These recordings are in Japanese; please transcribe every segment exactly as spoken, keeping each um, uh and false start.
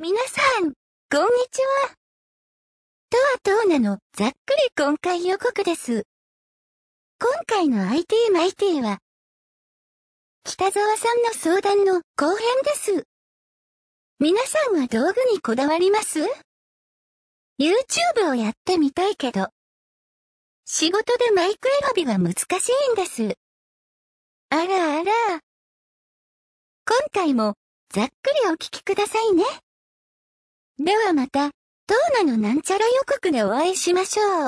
皆さん、こんにちは。とはとうなのざっくり今回予告です。今回の アイティー マイティーは、北沢さんの相談の後編です。皆さんは道具にこだわります？ YouTube をやってみたいけど、仕事でマイク選びが難しいんです。あらあら。今回もざっくりお聞きくださいね。ではまた、トーナのなんちゃら予告でお会いしましょう。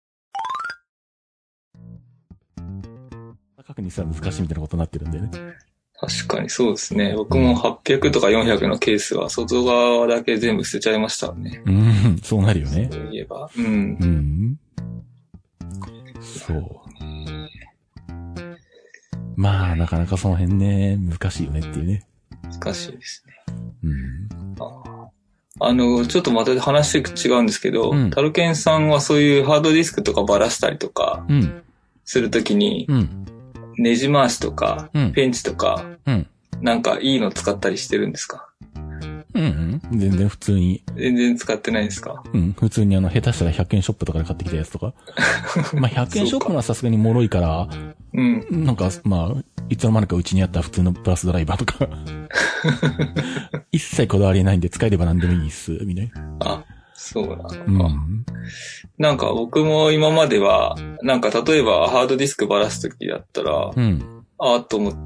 確認したら難しいみたいなことになってるんでね。 確かにそうですね。僕もはっぴゃくとかよんひゃくのケースは外側だけ全部捨てちゃいましたね。 うん、そうなるよね。 そういえば。うん。 うん。そう。まあ、なかなかその辺ね、難しいよねっていうね。 難しいですね。 うん。 ああの、ちょっとまた話違うんですけど、うん、タルケンさんはそういうハードディスクとかばらしたりとか、するときに、うん、ネジ回しとか、うん、ペンチとか、うん、なんかいいの使ったりしてるんですか？ うんうん。全然普通に。 全然使ってないですか？ うん。普通にあの、下手したらひゃくえんショップとかで買ってきたやつとか。まあ、ひゃくえんショップはさすがに脆いから、うん。なんか、まあ、いつの間にかうちにあった普通のプラスドライバーとか。一切こだわりないんで使えれば何でもいいっす、みたいな。 あ、そうなのか。 うん。 なんか僕も今までは、なんか例えばハードディスクばらすときだったら、うん。あーと思って、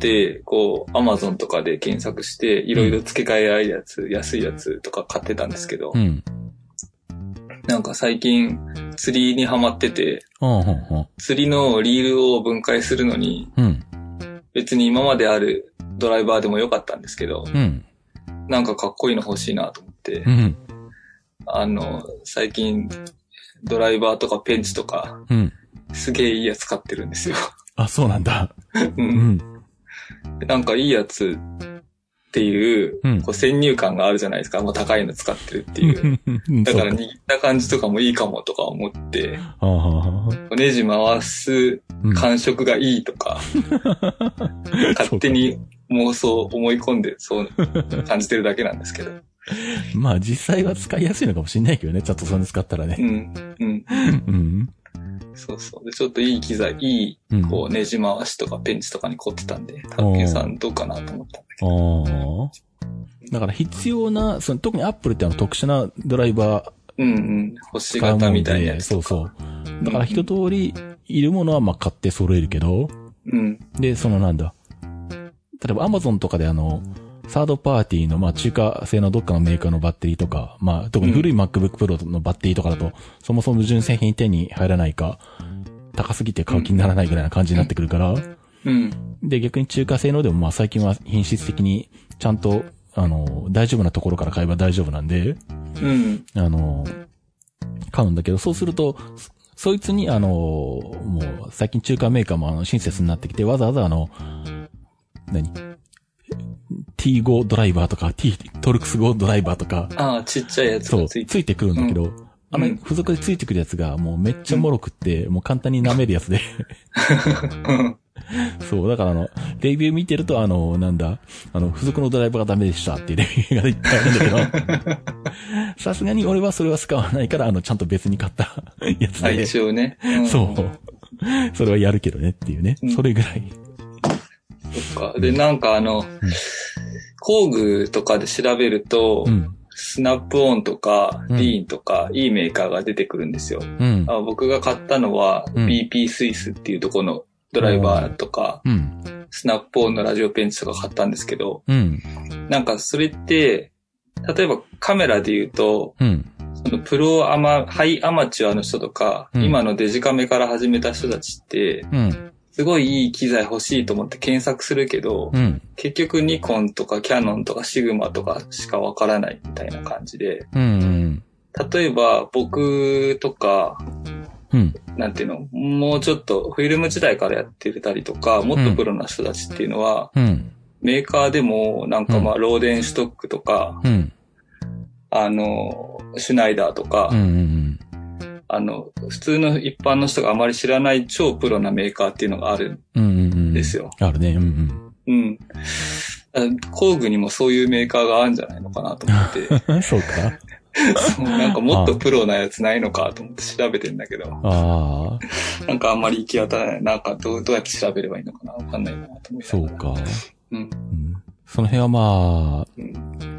こう、アマゾンとかで検索して、いろいろ付け替えあるやつ、うん、安いやつとか買ってたんですけど、うん、なんか最近、釣りにハマってて、うんうんうん、釣りのリールを分解するのに、うん、別に今まであるドライバーでもよかったんですけど、うん、なんかかっこいいの欲しいなと思って、うん、あの、最近、ドライバーとかペンチとか、うん、すげえいいやつ買ってるんですよ。 あ、そうなんだ。 うん。なんかいいやつっていう、うん、こう先入観があるじゃないですか。もう高いの使ってるっていう。だから握った感じとかもいいかもとか思って、ネジ回す感触がいいとか、うん、勝手に妄想思い込んでそう感じてるだけなんですけど。 まあ実際は使いやすいのかもしれないけどね。ちゃんとそれ使ったらね。うん。うん。 うんそうそう。で、ちょっといい機材、いい、こう、ネジ回しとかペンチとかに凝ってたんで、タルケンさんどうかなと思ったんだけど。 だから必要な、その特にアップルってあの特殊なドライバー。 うんうん。星型みたいなやつとか。 そうそう。だから一通りいるものはまあ買って揃えるけど。うん。で、そのなんだ。例えば Amazon とかであの、サードパーティーの、まあ、中華製のどっかのメーカーのバッテリーとか、まあ、特に古い MacBook Pro のバッテリーとかだと、うん、そもそも純正品手に入らないか、高すぎて買う気にならないぐらいな感じになってくるから、うん。で、逆に中華製のでも、まあ、最近は品質的に、ちゃんと、あの、大丈夫なところから買えば大丈夫なんで、うん。あの、買うんだけど、そうすると、そいつに、あの、もう、最近中華メーカーもあの、親切になってきて、わざわざあの、何ティーファイブ ドライバーとか、T、トルクスファイブドライバーとか。 ああ、ちっちゃいやつがついて。 そう、ついてくるんだけど、うん、あの、付属でついてくるやつがもうめっちゃ脆くって、うん、もう簡単に舐めるやつで。そう、だからあの、レビュー見てるとあの、なんだ、あの、付属のドライバーがダメでしたっていうレビューがいっぱいあるんだけど、さすがに俺はそれは使わないから、あの、ちゃんと別に買ったやつで。 一応ね、 うん。そう。それはやるけどねっていうね。うん、それぐらい。 そっか。で、なんかあの、うん、工具とかで調べると、うん、スナップオンとか、うん、ディーンとか、いいメーカーが出てくるんですよ。うん、あ僕が買ったのは、うん、ビーピー スイスっていうところのドライバーとか、うん、スナップオンのラジオペンチとか買ったんですけど、うん、なんかそれって、例えばカメラで言うと、うん、そのプロアマ、ハイアマチュアの人とか、うん、今のデジカメから始めた人たちって、うんすごいいい機材欲しいと思って検索するけど、うん、結局ニコンとかキャノンとかシグマとかしかわからないみたいな感じで、うんうん、例えば僕とか、うん、なんていうの、もうちょっとフィルム時代からやってたりとか、もっとプロな人たちっていうのは、うん、メーカーでもなんかまあローデンシュトックとか、うん、あの、シュナイダーとか、うんうんうんあの、普通の一般の人があまり知らない超プロなメーカーっていうのがあるんですよ。 うんうんうん、あるね。うんうん。 うん。 工具にもそういうメーカーがあるんじゃないのかなと思って。 そうか。 そう、なんかもっとプロなやつないのかと思って調べてんだけど。ああ。なんかあんまり行き当たらない。なんかどう、どうやって調べればいいのかなわかんないなと思って。 そうか。 うん。うん。 その辺はまあ、うん、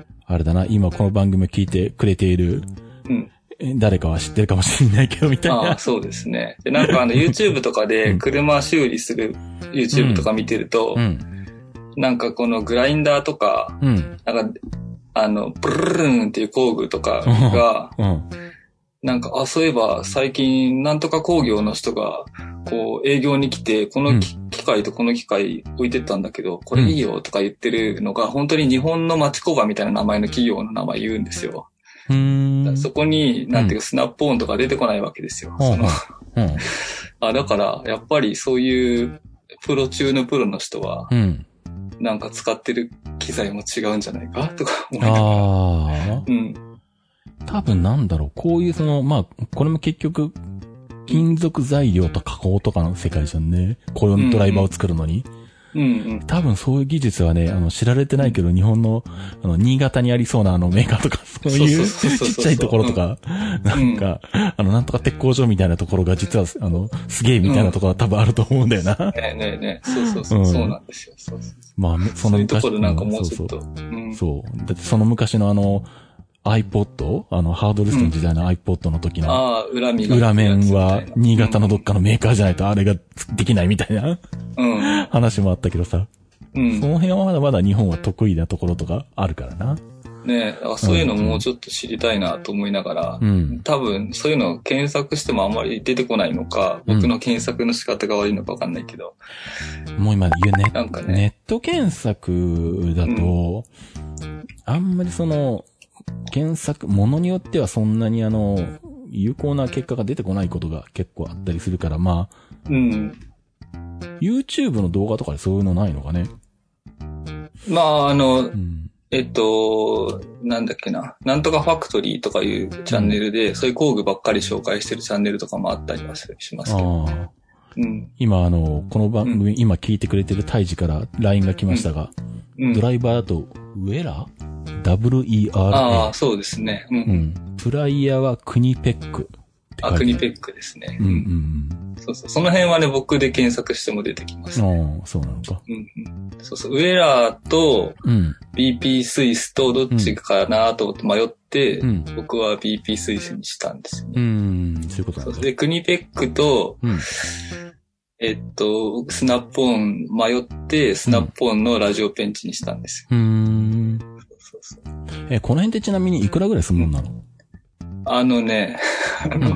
あれだな、今この番組を聞いてくれている、うん。誰かは知ってるかもしれないけど、みたいな。 ああ、そうですね。で、なんかあの YouTube とかで車修理する YouTube とか見てると、うんうん、なんかこのグラインダーとか、うん、なんか、あの、ブルルルンっていう工具とかが、うん、なんか、あ、そういえば最近なんとか工業の人が、こう営業に来て、この機械とこの機械置いてったんだけど、これいいよとか言ってるのが、本当に日本の町工場みたいな名前の企業の名前言うんですよ。うーん、そこに、なんていうか、スナップオンとか出てこないわけですよ。うん、そのうん、あ、だから、やっぱりそういうプロ中のプロの人は、うん、なんか使ってる機材も違うんじゃないかとか思いながら。ああ。うん。 多分なんだろう、こういうその、まあ、これも結局、金属材料と加工とかの世界じゃんね。このドライバーを作るのに。うんうん、多分そういう技術はね、あの、知られてないけど、日本の、あの、新潟にありそうなあのメーカーとか、そういうちっちゃいところとか、なんか、あの、なんとか鉄工所みたいなところが実は、あの、すげえみたいなところは多分あると思うんだよな。 ねえねえねえ。そうそうそう、うん、そうなんですよ。そうそうそう。 まあ、その昔の。そういうところなんかもうちょっと。 そうそう。うん、そう。だってその昔のあの、iPod? あの、ハードレストの時代の iPod の時の、うん、 ああ、裏面裏面は、新潟のどっかのメーカーじゃないとあれができないみたいな、うん、話もあったけどさ。うん、その辺はまだまだ日本は得意なところとかあるからな。 ねえ、そういうのもうちょっと知りたいなと思いながら、うん、多分そういうのを検索してもあんまり出てこないのか、僕の検索の仕方が悪いのかわかんないけど。 もう今言うね、なんかね、ネット検索だと、うん、あんまりその、検索、ものによってはそんなにあの、有効な結果が出てこないことが結構あったりするから、まあ、うん。YouTube の動画とかでそういうのないのかね。 まあ、あの、うん、えっと、なんだっけな。なんとかファクトリーとかいうチャンネルで、うん、そういう工具ばっかり紹介してるチャンネルとかもあったりはしますけど。あうん、今、あの、この番組、うん、今聞いてくれてるタイジから ライン が来ましたが、うん、ドライバーだと、ウェラ ダブリューイーアールエー。 ああ、そうですね。うん。うん、 プライヤーはクニペック。 あ、クニペックですね。うんうんうん。そうそう。その辺はね、僕で検索しても出てきます、ね。 ああ、そうなのか。 うんうん。そうそう。ウェラーと、ビーピー スイスとどっちかなと思って迷って、うん、僕は ビーピー スイスにしたんですよね。 うん、そういうことなんだ。 そうで、クニペックと、うん、えっと、スナップオン迷って、スナップオンのラジオペンチにしたんですよ。うん。 そうそうそう。え、この辺ってちなみにいくらぐらいするもんなの？ あのね、あの、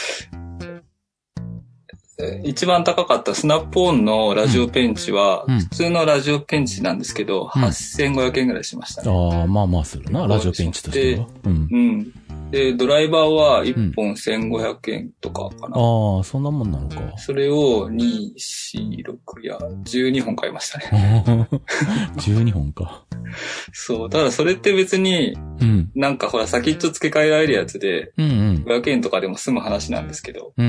うん、一番高かったスナップオンのラジオペンチは、普通のラジオペンチなんですけど、うん、はっせんごひゃくえんぐらいしましたね。 ああ、まあまあするな、ラジオペンチとしては。 うん。うん。で、ドライバーはいっぽんせんごひゃくえんとかかな。 ああ、そんなもんなのか。 それをに、よん、ろくやじゅうにほん買いましたね。 じゅうにほんか。 そう。ただそれって別に、うん、なんかほら先っちょ付け替えられるやつで、うんうん、ごひゃくえんとかでも済む話なんですけど、うんうん、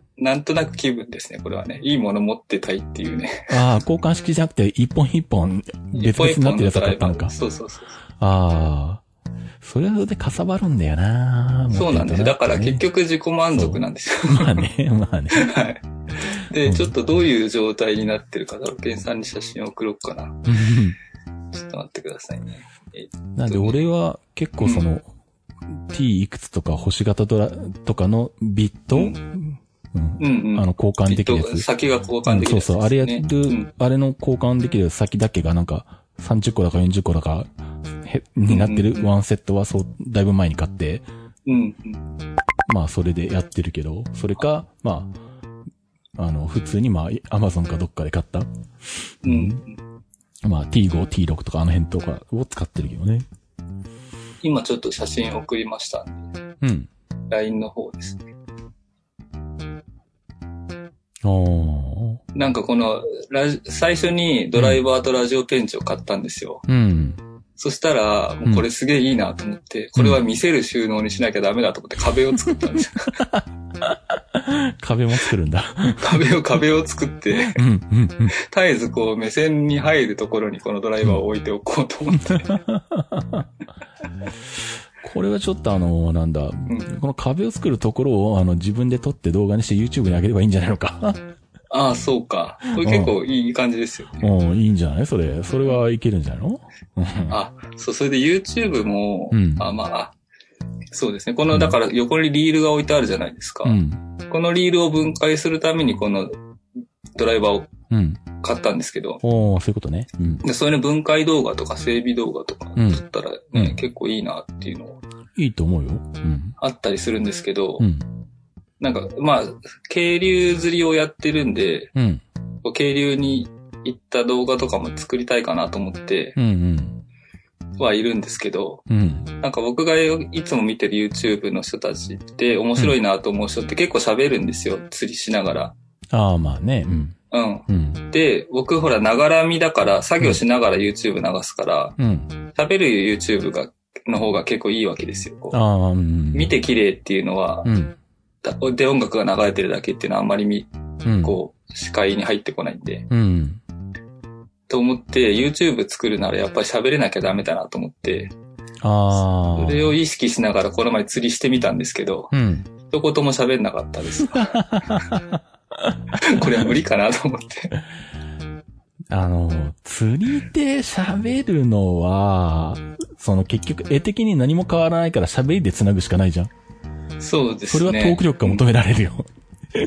なんとなく気分ですね、これはね。いいもの持ってたいっていうね。 ああ、交換式じゃなくて一本一本別々になってるやつだったのか。 そうそうそう。 ああ。それでかさばるんだよな。 そうなんです。だから結局自己満足なんですよ。 まあね、まあね。 はい。で、ちょっとどういう状態になってるか、ダルケンさんに写真送ろうかな。ちょっと待ってくださいね。 えっと、なんで俺は結構その、うん、T いくつとか星型ドラとかのビット、うんうんうん、あの交換できるやつ。 先が交換できるやつ、ね。 そうそう。あれやる、うん、あれの交換できる先だけがなんかさんじゅっこだかよんじゅっこだか、になってるワンセットはそう、だいぶ前に買って、うんうん、まあそれでやってるけど、それか、まあ、あの、普通にまあ、アマゾンかどっかで買った、うん、まあ ティーファイブ、ティーシックス とかあの辺とかを使ってるけどね。 今ちょっと写真送りましたんで、うん。ライン の方ですね。なんかこのラジ、最初にドライバーとラジオペンチを買ったんですよ。うん。 そしたら、もうこれすげえいいなと思って、うん、これは見せる収納にしなきゃダメだと思って壁を作ったんですよ。 壁も作るんだ。 壁を、壁を作って、 うんうんうん、 絶えずこう目線に入るところにこのドライバーを置いておこうと思って。 これはちょっとあの、なんだ、うん、この壁を作るところをあの自分で撮って動画にして YouTube に上げればいいんじゃないのか。 ああ、そうか。これ結構いい感じですよね。 うん、いいんじゃないそれ。それはいけるんじゃないのあ、そう、それで YouTube も、うん、あ、まあ、そうですね。この、だから横にリールが置いてあるじゃないですか。うん、このリールを分解するためにこのドライバーを買ったんですけど。 うん、おー、そういうことね。 うん、で、それの分解動画とか整備動画とか撮ったらね、うん、結構いいなっていうのを。 いいと思うよ。うん、 あったりするんですけど、うんなんか、まあ、渓流釣りをやってるんで、うん、渓流に行った動画とかも作りたいかなと思って、うんうん、はいるんですけど、うん、なんか僕がいつも見てる YouTube の人たちって面白いなと思う人って結構喋るんですよ、釣りしながら。 ああ、まあね。うん。 うん。うん、で、僕ほら、ながら見だから、作業しながら YouTube 流すから、うん、喋る YouTube が、の方が結構いいわけですよ。こうあうん、見て綺麗っていうのは、うんで、音楽が流れてるだけっていうのはあんまりみ、うん、こう、視界に入ってこないんで。うん。と思って、YouTube 作るならやっぱり喋れなきゃダメだなと思って。ああ。それを意識しながらこの前釣りしてみたんですけど、うん。一言も喋んなかったです。これは無理かなと思って。 あの、釣りで喋るのは、その結局絵的に何も変わらないから喋りで繋ぐしかないじゃん。 そうですね。 それはトーク力が求められるよ。 うん。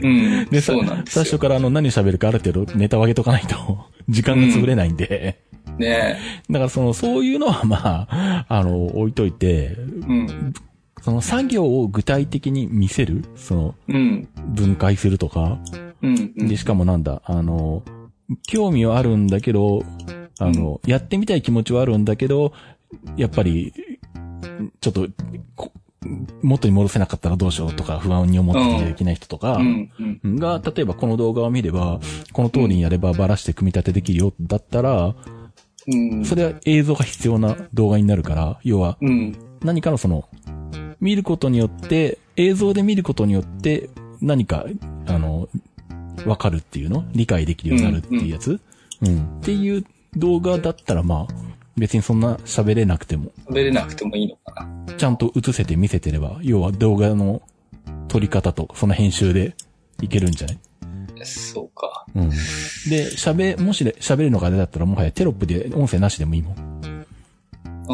で、 そうなんですよ。 最初からあの何喋るかある程度ネタを上げとかないと時間が潰れないんで。 うん、ねだからその、そういうのはまあ、あの、置いといて、うん、その作業を具体的に見せるその、うん、分解するとか、うんうん、で、しかもなんだ、あの、興味はあるんだけど、あの、うん、やってみたい気持ちはあるんだけど、やっぱり、ちょっと、元に戻せなかったらどうしようとか不安に思ってできない人とかが、例えばこの動画を見れば、この通りにやればバラして組み立てできるよだったら、それは映像が必要な動画になるから、要は、何かのその、見ることによって、映像で見ることによって何か、あの、わかるっていうの理解できるようになるっていうやつうん。っていう動画だったらまあ、別にそんな喋れなくても。 喋れなくてもいいのかな。 ちゃんと映せて見せてれば、要は動画の撮り方とその編集でいけるんじゃない？ そうか。 うん。で、喋、もし喋るのがあれだったらもはやテロップで音声なしでもいいもん。 うん。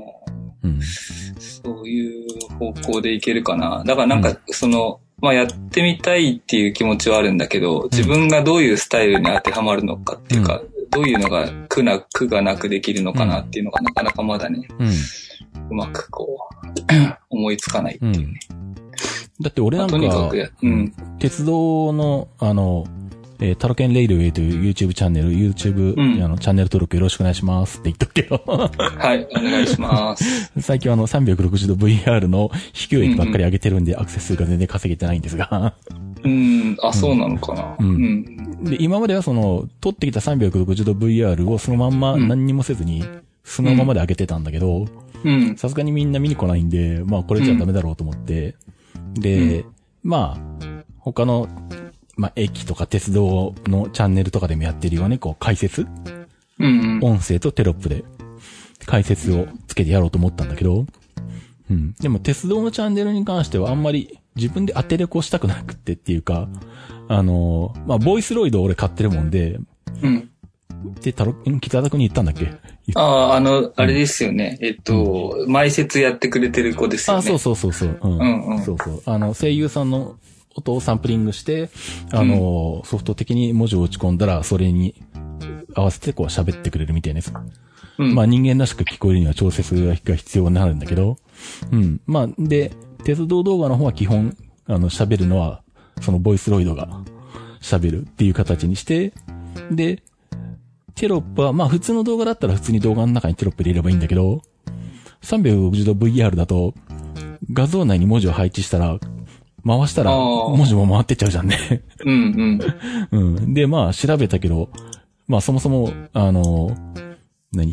うん。そういう方向でいけるかな。だからなんか、その、うん、まあやってみたいっていう気持ちはあるんだけど、自分がどういうスタイルに当てはまるのかっていうか、うん、どういうのが苦な、苦がなくできるのかなっていうのがなかなかまだね、うん、うまくこう、思いつかないっていうね。うん、 だって俺なんか、まあ、とにかくや、うん、鉄道の、あの、えー、タロケンレイルウェイという YouTube チャンネル、YouTube、うん、あの、チャンネル登録よろしくお願いしますって言っとくけど。 はい、お願いします。 最近はあの、さんびゃくろくじゅうど ブイアール の飛距離ばっかり上げてるんで、うんうん、アクセス数が全然稼げてないんですが。 うん、あ、そうなのかな。うん。うん、 で、今まではその、撮ってきた さんびゃくろくじゅうど ブイアール をそのまんま何にもせずに、そのままで上げてたんだけど、さすがにみんな見に来ないんで、まあこれじゃダメだろうと思って、うん、で、うん、まあ、他の、まあ、駅とか鉄道のチャンネルとかでもやってるよね、こう解説、うんうん、音声とテロップで解説をつけてやろうと思ったんだけど、うん。でも鉄道のチャンネルに関してはあんまり自分で当てレコしたくなくってっていうか、あの、まあ、ボイスロイドを俺買ってるもんで、うん。で、たろ、北田くんに言ったんだっけ？ ああ、あの、あれですよね。うん、えっと、うん、前説やってくれてる子ですよね。 あ、そうそうそうそう。うん。うんうん、そうそう。あの、声優さんの音をサンプリングして、あの、うん、ソフト的に文字を打ち込んだら、それに合わせてこう喋ってくれるみたいなやつ。うん、まあ人間らしく聞こえるには調節が必要になるんだけど、うん。まあ、で、鉄道動画の方は基本、あの、喋るのは、そのボイスロイドが喋るっていう形にして、で、テロップは、まあ普通の動画だったら普通に動画の中にテロップ入れればいいんだけど、さんびゃくろくじゅうど ブイアール だと、画像内に文字を配置したら、回したら文字も回ってっちゃうじゃんね。うんうん。うん。で、まあ調べたけど、まあそもそも、あの、何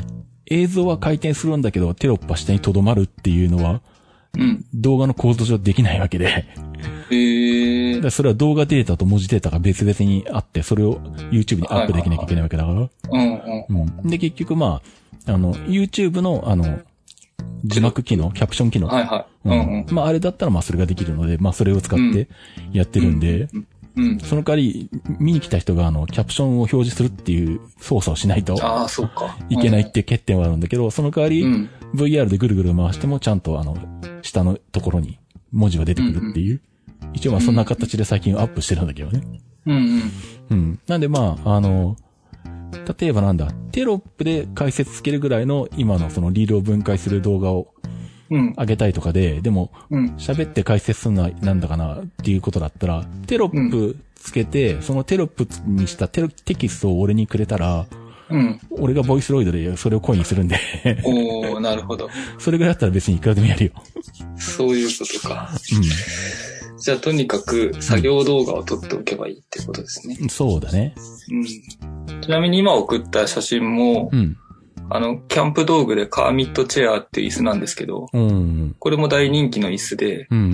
映像は回転するんだけど、テロップは下に留まるっていうのは、うん、動画の構造上できないわけで。 へー。 だそれは動画データと文字データが別々にあって、それを YouTube にアップできなきゃいけないわけだから。うんうん。で、結局まあ、あの、YouTube の、あの、字幕機能、キャプション機能。 はいはい。うんうん。 まあ、あれだったらまあ、それができるので、まあ、それを使ってやってるんで、うんうんうん、その代わり、見に来た人があの、キャプションを表示するっていう操作をしないと、 ああ、そうか。 いけないっていう欠点はあるんだけど、その代わり、うん、ブイアール でぐるぐる回してもちゃんとあの、下のところに文字が出てくるっていう、うんうん、一応まあそんな形で最近アップしてるんだけどね。 うんうん。 うん。なんでまあ、あの、例えばなんだ、テロップで解説つけるぐらいの今のそのリールを分解する動画を上げたいとかで、でも、喋って解説するのはなんだかなっていうことだったら、テロップつけて、そのテロップにしたテロテキストを俺にくれたら、うん、俺がボイスロイドでそれをコインするんでおー、なるほど。 それぐらいだったら別にいくらでもやるよ。 そういうことか。うん。じゃあとにかく作業動画を撮っておけばいいってことですね。 うん、そうだね。 うん。ちなみに今送った写真も、うん、あの、キャンプ道具でカーミットチェアっていう椅子なんですけど、うんうん、これも大人気の椅子で、うんうん、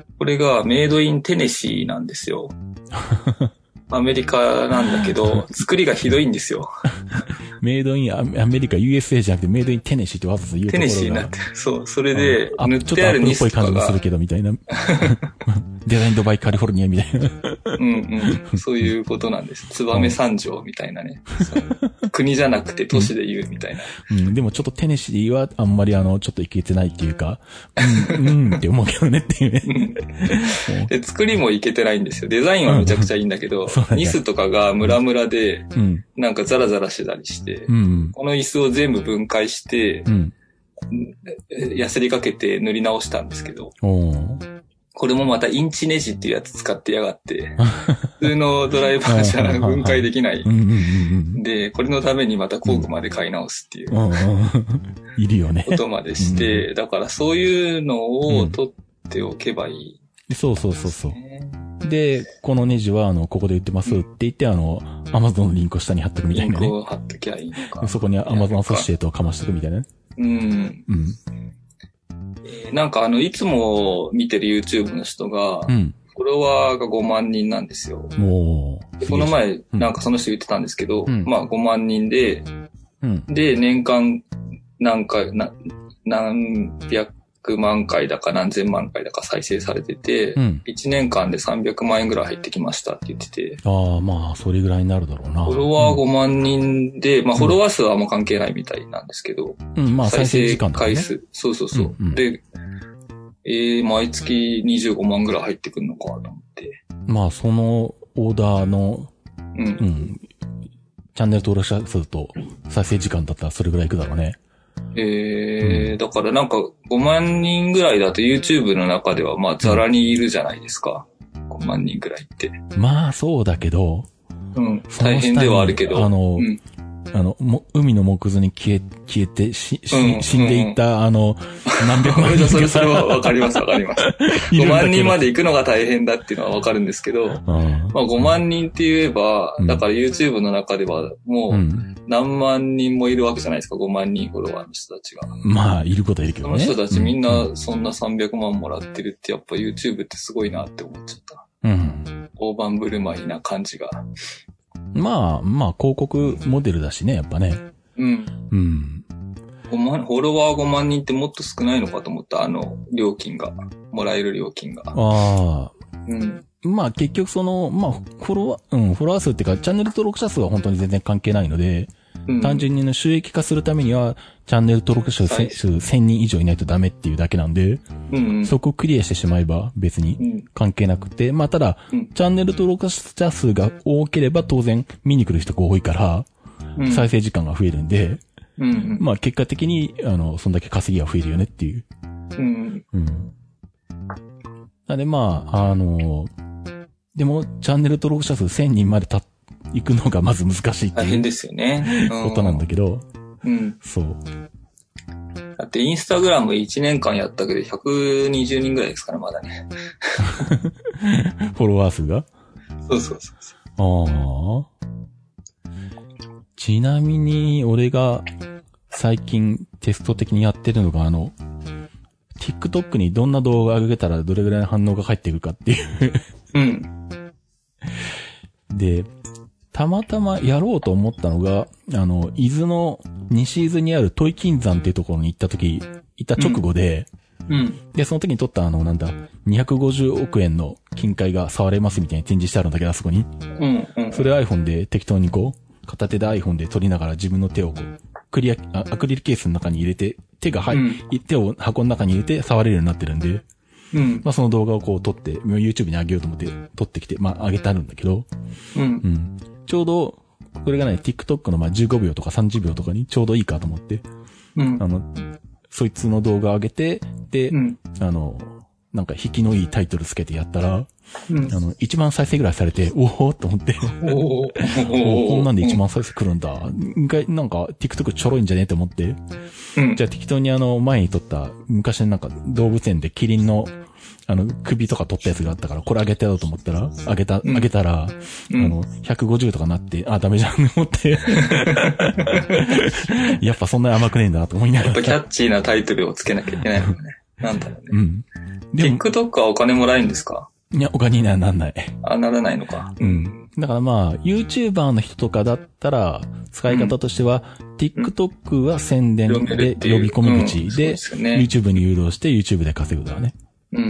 これがメイドインテネシーなんですよ。アメリカなんだけど、作りがひどいんですよ。 メイドインアメリカ ユーエスエー じゃなくてメイドインテネシーってわざわざ言うところが。 テネシーになってる。そう。それで、塗ってあるニスとかが。ちょっとアップルっぽい感じもするけどみたいな。デザインドバイカリフォルニアみたいな。 うんうん。そういうことなんです。燕三条みたいなね。国じゃなくて都市で言うみたいな。 うん、でもちょっとテネシーはあんまりあの、ちょっといけてないっていうか、うん、うんって思うけどねっていうね。 で、作りもいけてないんですよ。デザインはめちゃくちゃいいんだけど、うん、ニスとかがムラムラで、うん、なんかザラザラしてたりして、うん、この椅子を全部分解して、うん、ヤスリかけて塗り直したんですけど、これもまたインチネジっていうやつ使ってやがって、普通のドライバーじゃ分解できない。で、これのためにまた工具まで買い直すっていう。 いるよね。 ことまでして、だからそういうのを取っておけばいい、 ね。そうそうそうそう。で、このネジは、あの、ここで売ってますって言って、あの、アマゾンのリンクを下に貼っとくみたいなね。 リンクを貼っときゃいいのか。 そこにアマゾンアソシエイトをかましとくみたいなね。 うん。うん。えー、なんかあの、いつも見てる YouTube の人が、うん、フォロワーがごまんにんなんですよ。 おでこの前、なんかその人言ってたんですけど、うん、まあごまんにんで、うん、で、年間何回、な、何百万回だか何千万回だか再生されてて、うん、いちねんかんでさんびゃくまんえんぐらい入ってきましたって言ってて。 ああ、まあ、それぐらいになるだろうな。 フォロワーごまんにんで、うん、まあ、フォロワー数はあんま関係ないみたいなんですけど。 うん、まあ、再生時間だね。再生回数。そうそうそう。うんうん、で、えー、毎月にじゅうごまんぐらい入ってくるのかと思って。 まあ、そのオーダーの、うん。うん、チャンネル登録者数と再生時間だったらそれぐらいいくだろうね。 えー、うん、だからなんかごまんにんぐらいだと YouTube の中ではまあザラにいるじゃないですか。うん、ごまんにんぐらいって。 まあそうだけど。 うん。大変ではあるけど。 あの、うん、あの、も、海の木図に消え、消えて、し、し、うん、死んでいった、うん、あの、何百万人それ、それはわかりますわかります。ごまんにんまで行くのが大変だっていうのはわかるんですけど、うん、まあごまんにんって言えば、だから YouTube の中ではもう何万人もいるわけじゃないですか、ごまんにんフォロワーの人たちが。 まあ、いることはいるけどね。 その人たちみんなそんなさんびゃくまんもらってるってやっぱ YouTube ってすごいなって思っちゃった。うん。大盤振る舞いな感じが。 まあ、まあ、広告モデルだしね、やっぱね。 うん。うん。ごまん、フォロワーごまんにんってもっと少ないのかと思った、あの、料金が。もらえる料金が。 ああ。うん。まあ、結局その、まあ、フォロワー、うん、フォロワー数っていうか、チャンネル登録者数は本当に全然関係ないので、うん、単純に収益化するためには、チャンネル登録者数せんにん以上いないとダメっていうだけなんで、うんうん、そこをクリアしてしまえば別に関係なくて、まあただ、うん、チャンネル登録者数が多ければ当然見に来る人が多いから、うん、再生時間が増えるんで、うんうん、まあ結果的に、あの、そんだけ稼ぎが増えるよねっていう。うんうん、なんでまあ、あの、でもチャンネル登録者数せんにんまでた行くのがまず難しいっていう。 大変ですよね。 ことなんだけど。 うん。 そう。 だってインスタグラムいちねんかんやったけどひゃくにじゅうにんぐらいですからまだね。 フォロワー数が？ そうそうそうそう。 ああ。ちなみに俺が最近テスト的にやってるのが、あの、TikTok にどんな動画上げたらどれぐらいの反応が返ってくるかっていううん。で、たまたまやろうと思ったのが、あの、伊豆の西伊豆にある土井金山っていうところに行った時、行った直後で、うん。うん、で、その時に撮ったあの、なんだ、にひゃくごじゅうおくえんの金塊が触れますみたいに展示してあるんだけど、あそこに。うん、うん。それを iPhone で適当にこう、片手で iPhone で撮りながら自分の手をこう、クリア、アクリルケースの中に入れて、手が入、うん、手を箱の中に入れて触れるようになってるんで、うん。まあその動画をこう撮って、YouTube に上げようと思って撮ってきて、まあ上げてあるんだけど、うん。うん。ちょうど、これがね、TikTok のまあじゅうごびょうとかさんじゅうびょうとかにちょうどいいかと思って、うん。あの、そいつの動画を上げて、で、うん、あの、なんか引きのいいタイトルつけてやったら、うん、あの、いちまん再生ぐらいされて、おおと思って。おおこんなんでいちまん再生来るんだ。なんか、TikTok ちょろいんじゃねえと思って。うん、じゃあ適当にあの、前に撮った、昔のなんか動物園でキリンの、あの、首とか撮ったやつがあったから、これ上げてやろうと思ったら、上げた、上げたら、うん、あの、ひゃくごじゅうとかなって、あ、ダメじゃんと思って。やっぱそんなに甘くねえんだなと思いながら。 やっぱキャッチーなタイトルをつけなきゃいけないもんね。なんだろうね。うん。TikTok はお金もらえるんですか？ いや、お金にはなんない。 あ、ならないのか。 うん。だからまあ、YouTuber の人とかだったら、使い方としては、うん、TikTok は宣伝で呼び込み口で、うんね、YouTube に誘導して YouTube で稼ぐだね。うん。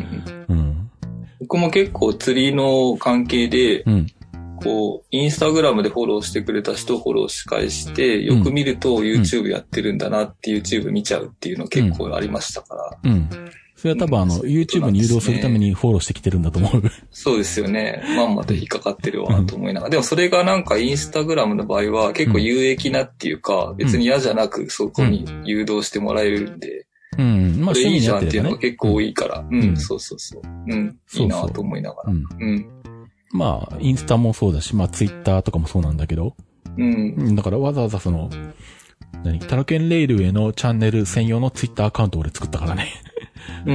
うん。僕も結構釣りの関係で、うん、こう、インスタグラムでフォローしてくれた人をフォローし返して、よく見ると YouTube やってるんだなって YouTube 見ちゃうっていうの結構ありましたから。うん。うんそれは多分あの、YouTube に誘導するためにフォローしてきてるんだと思う。 そうですよね。まんまと引っかかってるわと思いながら。でもそれがなんかインスタグラムの場合は結構有益なっていうか、別に嫌じゃなくそこに誘導してもらえるんで、うん。まあ、これいいじゃんっていうのが結構多いから。うん、そうそうそう。うん。いいなと思いながら。うん。 まあ、インスタもそうだし、まあ、ツイッターとかもそうなんだけど。うん。だからわざわざその、何タロケンレイルウェイのチャンネル専用のツイッターアカウントを俺作ったからね。うんうん、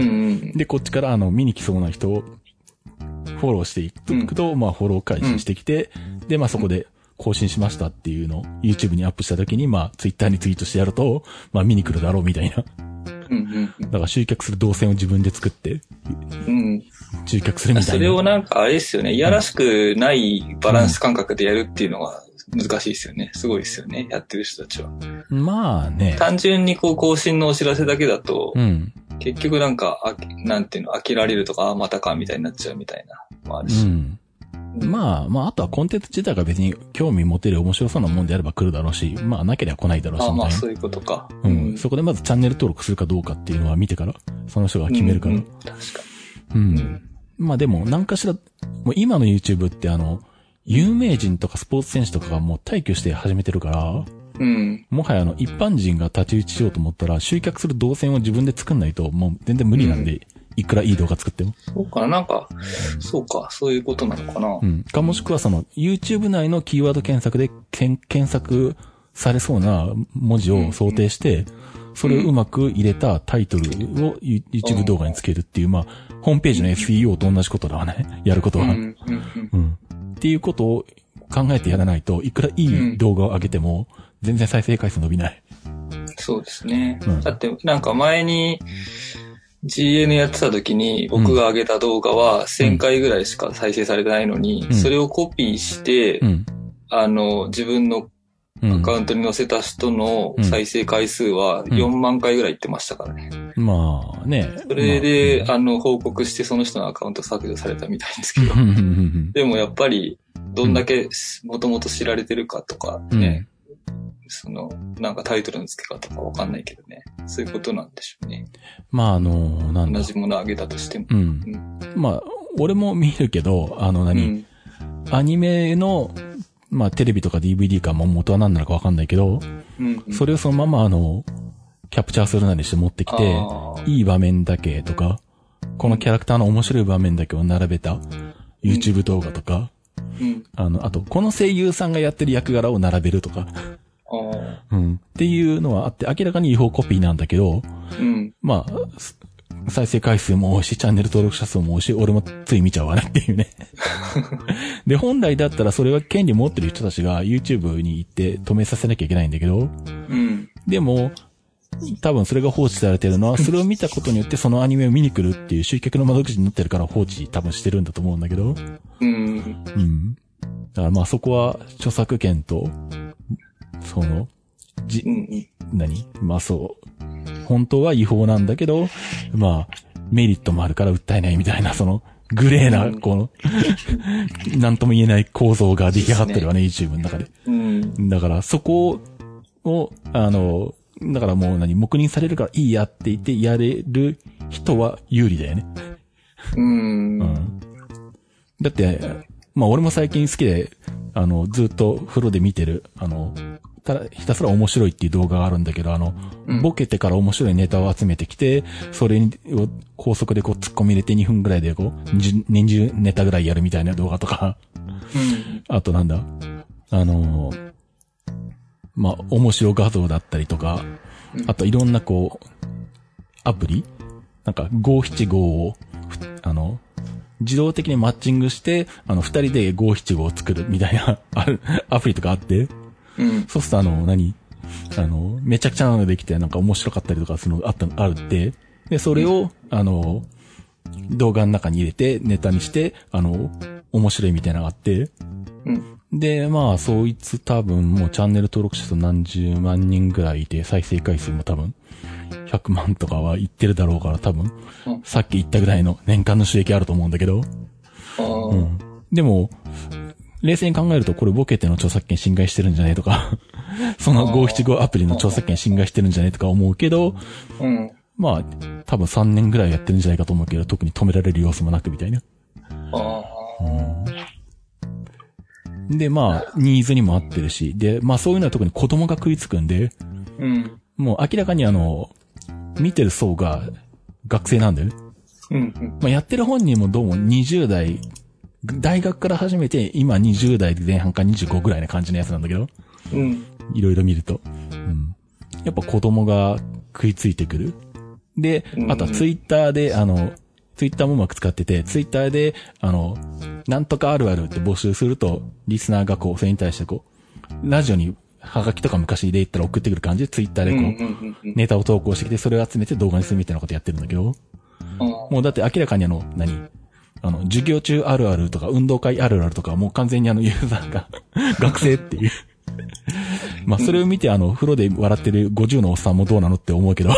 で、こっちからあの、見に来そうな人をフォローしていくと、うん、まあ、フォロー開始してきて、うん、で、まあ、そこで更新しましたっていうのを YouTube にアップした時に、まあ、Twitter にツイートしてやると、まあ、見に来るだろうみたいな。うんうん、だから集客する動線を自分で作って、うん、集客するみたいな。 それをなんかあれですよね、いやらしくないバランス感覚でやるっていうのが難しいですよね。すごいですよね、やってる人たちは。 まあね。 単純にこう更新のお知らせだけだと、うん、結局なんか、あ、なんていうの、飽きられるとか、あ、またかみたいになっちゃうみたいな、もあるし。うんまあ、まあ、あとはコンテンツ自体が別に興味持てる面白そうなもんであれば来るだろうし、まあ、なければ来ないだろうし。 あまあ、そういうことか。 うん。うん、そこでまずチャンネル登録するかどうかっていうのは見てから、その人が決めるから。うん、うん、確かに。うん。うん、まあでも、何かしら、もう今の YouTube ってあの、有名人とかスポーツ選手とかがもう退去して始めてるから、うん。もはやあの、一般人が太刀打ちしようと思ったら、集客する動線を自分で作んないと、もう全然無理なんで、うんいくらいい動画作っても。 そうかな、なんか、そうか、そういうことなのかな。 うん。かもしくはその、YouTube 内のキーワード検索で検索されそうな文字を想定して、うん、それをうまく入れたタイトルを YouTube 動画につけるっていう、まあ、ホームページの エスイーオー と同じことだわね。やることは。うん。うん。っていうことを考えてやらないといくらいい動画を上げても、全然再生回数伸びない。 そうですね。うん、だって、なんか前に、ジーエヌ やってた時に僕が上げた動画はせんかいぐらいしか再生されてないのに、うん、それをコピーして、うん、あの、自分のアカウントに載せた人の再生回数はよんまんかいぐらいいってましたからね。 うん、まあね。 それで、まあ、あの、報告してその人のアカウント削除されたみたいですけど。でもやっぱり、どんだけもともと知られてるかとかね、その、なんかタイトルの付け方かわかんないけどね。そういうことなんでしょうね。 まああの、なんだ。 同じものあげたとしても。 うん。うん、まあ、俺も見るけど、あの何、うん、アニメの、まあテレビとか ディーブイディー かも元は何なのかわかんないけど、うんうん、それをそのままあの、キャプチャーするなりして持ってきて、いい場面だけとか、このキャラクターの面白い場面だけを並べた YouTube 動画とか、うん、あの、あと、この声優さんがやってる役柄を並べるとか、うん。っていうのはあって、明らかに違法コピーなんだけど、うん。まあ、再生回数も多いし、チャンネル登録者数も多いし、俺もつい見ちゃうわなっていうね。で、本来だったらそれは権利持ってる人たちが YouTube に行って止めさせなきゃいけないんだけど、うん。 でも、多分それが放置されてるのは、それを見たことによってそのアニメを見に来るっていう集客の窓口になってるから放置多分してるんだと思うんだけど。 うん。 うん。だからまあそこは著作権と、その、じ、うん、何まあそう。本当は違法なんだけど、まあ、メリットもあるから訴えないみたいな、その、グレーな、この、うん、なんとも言えない構造が出来上がってるわね、ね YouTube の中で。 うん。 だからそこを、あの、だからもう何、黙認されるからいいやって言ってやれる人は有利だよね。 うーん。 うん。だって、まあ俺も最近好きで、あの、ずっと風呂で見てる、あの、ただひたすら面白いっていう動画があるんだけど、あの、うん、ボケてから面白いネタを集めてきて、それを高速でこう突っ込み入れてにふんぐらいでこう、年中ネタぐらいやるみたいな動画とか、 うん、 あとなんだ、あの、まあ、面白画像だったりとか、あといろんなこう、アプリなんかごーななごを、あの、自動的にマッチングして、あの、二人でごーななごを作るみたいな、ある、アプリとかあって、 うん、 そうするとあの、何あの、めちゃくちゃなのができて、なんか面白かったりとかするのがあった、あるって、で、それを、あの、動画の中に入れて、ネタにして、あの、面白いみたいなのがあって、 うんで、まあ、そいつ多分もうチャンネル登録者数何十万人ぐらいいて、再生回数も多分ひゃくまんとかは言ってるだろうから多分、うん、さっき言ったぐらいの年間の収益あると思うんだけど。うん、でも、冷静に考えるとこれボケての著作権侵害してるんじゃねえとか、そのごーななごアプリの著作権侵害してるんじゃねえとか思うけど、 うん、 まあ、多分さんねんぐらいやってるんじゃないかと思うけど、特に止められる様子もなくみたいな。うん、で、まあ、ニーズにも合ってるし、で、まあそういうのは特に子供が食いつくんで、 うん、 もう明らかにあの、見てる層が学生なんだよね。 うんうん、 まあやってる本人もどうもにじゅう代、大学から始めて今にじゅう代前半かにじゅうごぐらいな感じのやつなんだけど、 うん、 いろいろ見ると、うん。やっぱ子供が食いついてくる。で、あとはツイッターで、あの、ツイッターもうまく使ってて、ツイッターで、あの、なんとかあるあるって募集すると、リスナーがこう、それに対してこう、ラジオにハガキとか昔で言ったら送ってくる感じで、ツイッターでこう、 うんうん、 ネタを投稿してきて、それを集めて動画にするみたいなことやってるんだけど、もうだって明らかにあの、何あの、授業中あるあるとか、運動会あるあるとか、もう完全にあの、ユーザーが、学生っていう。まあ、それを見て、あの、風呂で笑ってるごじゅうのおっさんもどうなのって思うけど。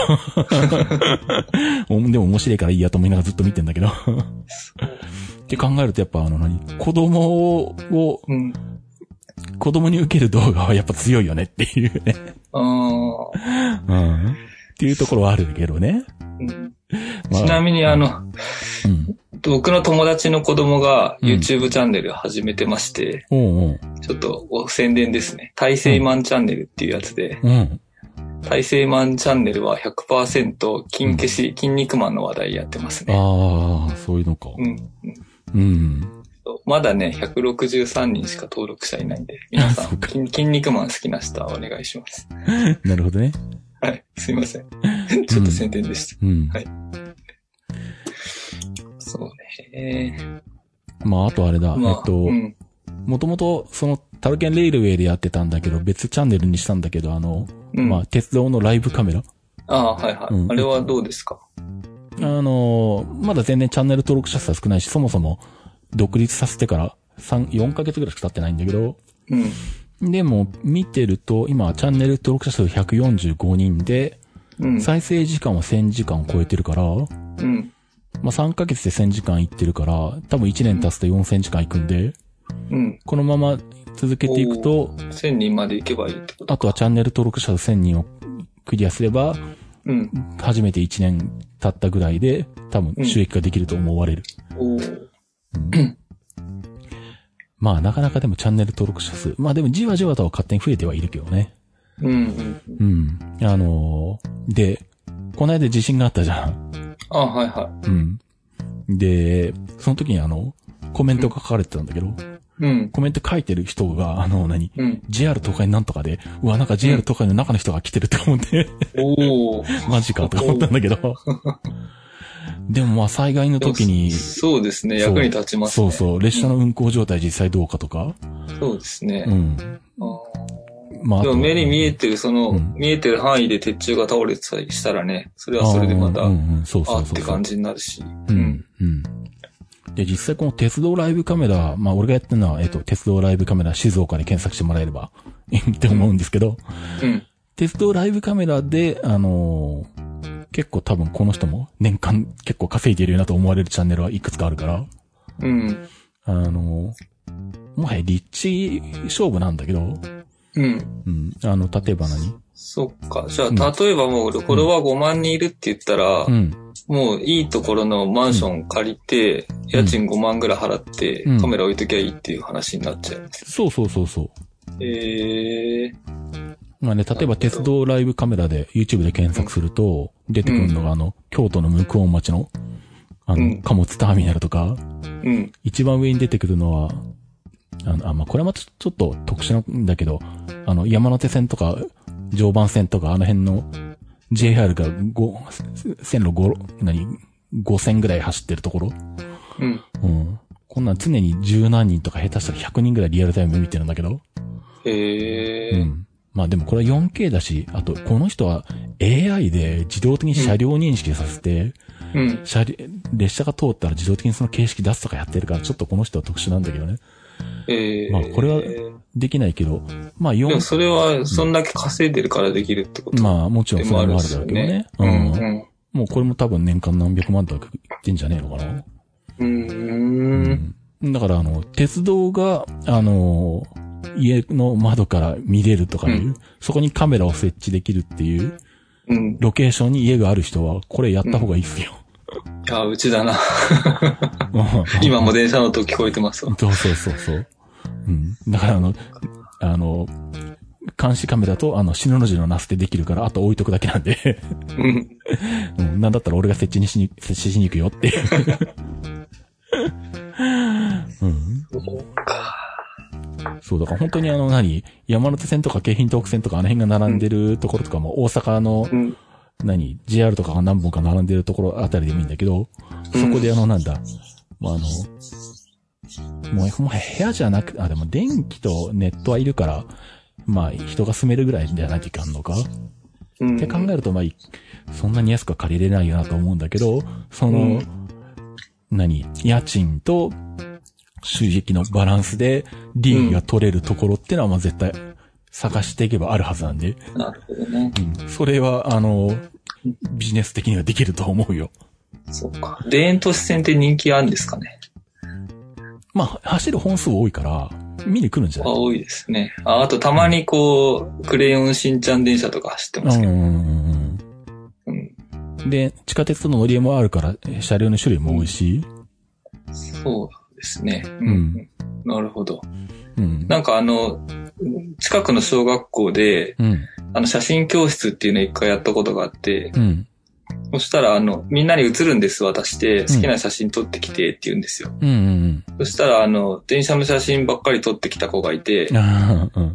でも面白いからいいやと思いながらずっと見てんだけど。って考えると、やっぱあの何、子供を、うん、子供に受ける動画はやっぱ強いよねっていうね。 ああ。 うん。っていうところはあるけどね。 うんまあ、ちなみにあの、うん、僕の友達の子供が YouTube チャンネル始めてまして、 うんおうおうちょっとご宣伝ですね。大成マンチャンネルっていうやつで、 うん、 大成マンチャンネルは ひゃくパーセント 筋消し、うん、筋肉マンの話題やってますね。 ああ、そういうのか。 うん。 うん。 まだね、ひゃくろくじゅうさんにんしか登録者いないんで、皆さん、筋, 筋肉マン好きな人はお願いします。 なるほどね。 はい、すいません。ちょっと宣伝でした。 うん。 はい。そうね。 まあ、あとあれだ。 まあ、 えっと、うん、もともと、その、タルケンレイルウェイでやってたんだけど、別チャンネルにしたんだけど、あの、うん、まあ、鉄道のライブカメラ。 ああ、はいはい、うん。あれはどうですか？ あの、まだ全然チャンネル登録者数は少ないし、そもそも、独立させてからさん、よんかげつぐらいしか経ってないんだけど、 うん。 でも、見てると、今、チャンネル登録者数ひゃくよんじゅうごにんで、うん、再生時間はせんじかんを超えてるから、 うん。 まあ、さんかげつでせんじかんいってるから、多分いちねん経つとよんせんじかんいくんで、 うん。 このまま続けていくと、 せんにんまでいけばいいってことか。 あとはチャンネル登録者数せんにんをクリアすれば、 うん。 初めていちねん経ったぐらいで、多分収益ができると思われる。 うん、 うんまあ、なかなかでもチャンネル登録者数。まあでもじわじわとは勝手に増えてはいるけどね。 うん。 うん。あのー、で、この間地震があったじゃん。 あ、はいはい。 うん。で、その時にあの、コメントが書かれてたんだけど、 うん。 コメント書いてる人が、あの、何、 うん、 ジェイアール 東海なんとかで、うわ、なんか ジェイアール 東海の中の人が来てるって思って、 おー。 マジかとか思ったんだけど。でもまあ災害の時に。 そうですね。役に立ちますね。 そうそう。列車の運行状態実際どうかとか。 そうですね。 うん。 まあ、でも目に見えてる、その、うん、見えてる範囲で鉄柱が倒れてたりしたらね、それはそれでまた、あって感じになるし。 うん。うん。で、実際この鉄道ライブカメラ、まあ俺がやってるのは、えっと、鉄道ライブカメラ静岡で検索してもらえればいいって思うんですけど、うん。鉄道ライブカメラで、あのー、結構多分この人も年間結構稼いでいるよなと思われるチャンネルはいくつかあるから、うん。あのー、もはや立地勝負なんだけど、うん。うん。あの、例えば何？ そっか。じゃあ、例えばもう俺、フォロワーごまん人いるって言ったら、うん。もういいところのマンション借りて、うん、家賃ごまんぐらい払って、うん、カメラ置いときゃいいっていう話になっちゃう。 そうそうそうそう。 えー。 まあね、例えば鉄道ライブカメラで YouTube で検索すると、出てくるのがあの、京都の向こう町の、あの、うん、貨物ターミナルとか、うん、一番上に出てくるのは、あの、あ、まあ、これはまたちょっと特殊なんだけど、あの、山手線とか、常磐線とか、あの辺の、ジェイアール がご、線路ご、何 ?ご 線ぐらい走ってるところ。うん。うん。こんなん常に十何人とか下手したらひゃくにんぐらいリアルタイム見てるんだけど。 へー。うん。 まあでもこれは よんケー だし、あとこの人は エーアイ で自動的に車両認識させて、うん。車両、列車が通ったら自動的にその形式出すとかやってるから、ちょっとこの人は特殊なんだけどね。えー。まあこれはできないけど、まあよん。 でもそれはそんだけ稼いでるからできるってこと、 うん、まあもちろんそれもあるだろうけどね。うん、うん。もうこれも多分年間何百万とかいってんじゃねえのかな。うーん。うん。だからあの、鉄道が、あの、家の窓から見れるとかいう、うん、そこにカメラを設置できるっていう、うん、ロケーションに家がある人は、これやった方がいいっすよ。 うん、いや、うちだな。今も電車の音聞こえてますわ。 そうそうそうそう。うん。だからあの、あの、監視カメラとあの、篠の字のナスでできるから、あと置いとくだけなんで。うん。なんだったら俺が設置にしに、設置しに行くよっていう。うん。そうか。そう、だから本当にあの何、山手線とか京浜東北線とかあの辺が並んでるところとかも、大阪の、うん、何、ジェイアール とかが何本か並んでるところあたりでもいいんだけど、そこであのなんだ、まあ、あの、もう、もう部屋じゃなく、あ、でも電気とネットはいるから、まあ人が住めるぐらいじゃないといかんのか、うん、って考えるとまあ、そんなに安くは借りれないよなと思うんだけど、その、うん、何、家賃と収益のバランスで利益が取れるところってのはまあ絶対探していけばあるはずなんで。 なるほどね。 うん。それは、あの、ビジネス的にはできると思うよ。 そうか。田園都市線って人気あるんですかね。 まあ、走る本数多いから、見に来るんじゃない？ あ、多いですね。あ、あとたまにこう、クレヨンしんちゃん電車とか走ってますけど。うん。 うん。で、地下鉄の乗り入れもあるから、車両の種類も多いし。 うん、そうですね。うん。うん、なるほど。うん。なんかあの、近くの小学校で、うん、あの写真教室っていうのを一回やったことがあって、うん。そしたら、あの、みんなに写るんです、渡して、好きな写真撮ってきてって言うんですよ。うんうんうん、そしたら、あの、電車の写真ばっかり撮ってきた子がいて、うん、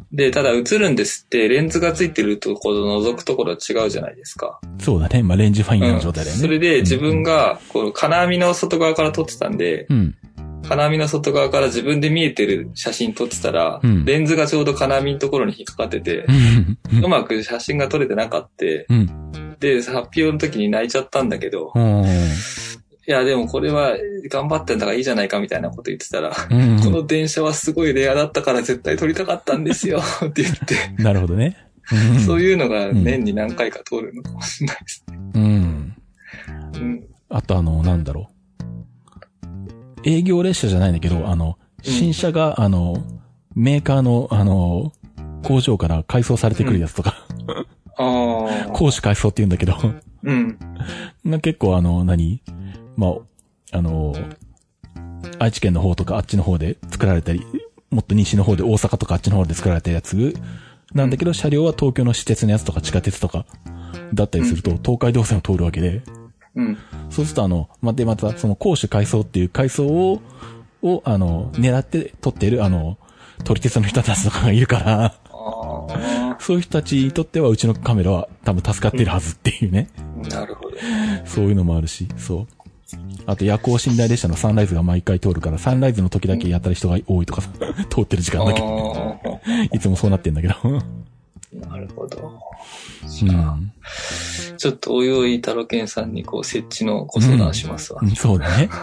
で、ただ写るんですって、レンズがついてるところと覗くところは違うじゃないですか。 そうだね。まあ、レンジファインダーの状態だよね。うん、 それで、自分が、この金網の外側から撮ってたんで、うん、金網の外側から自分で見えてる写真撮ってたら、うん、レンズがちょうど金網のところに引っかかってて、うん、うまく写真が撮れてなかった。うんで、発表の時に泣いちゃったんだけど、うん、いや、でもこれは頑張ってんだからいいじゃないかみたいなこと言ってたら、うん、この電車はすごいレアだったから絶対撮りたかったんですよって言って。 なるほどね。 うん、そういうのが年に何回か通るのかもしれないですね。うん。 うん、あとあの、なんだろう。営業列車じゃないんだけど、あの、新車が、うん、あの、メーカーの、あの、工場から改装されてくるやつとか。うんああ。公主改装って言うんだけど。うん。結構あの、何まあ、あの、愛知県の方とかあっちの方で作られたり、もっと西の方で大阪とかあっちの方で作られたやつなんだけど、車両は東京の私鉄のやつとか地下鉄とかだったりすると、東海道線を通るわけで。うん。そうするとあの、ま、でまたその公主改装っていう改装を、を、あの、狙って撮っているあの、撮り鉄の人たちとかがいるから、そういう人たちにとってはうちのカメラは多分助かってるはずっていうね。 うん、なるほど。 そういうのもあるし、そう。あと夜行寝台列車のサンライズが毎回通るから、サンライズの時だけやったら人が多いとかさ、通ってる時間だけ。いつもそうなってんだけど。 ほど。じゃあ、うん、ちょっとおいおいタロケンさんにこう設置のご相談しますわ。 うん、そうだね。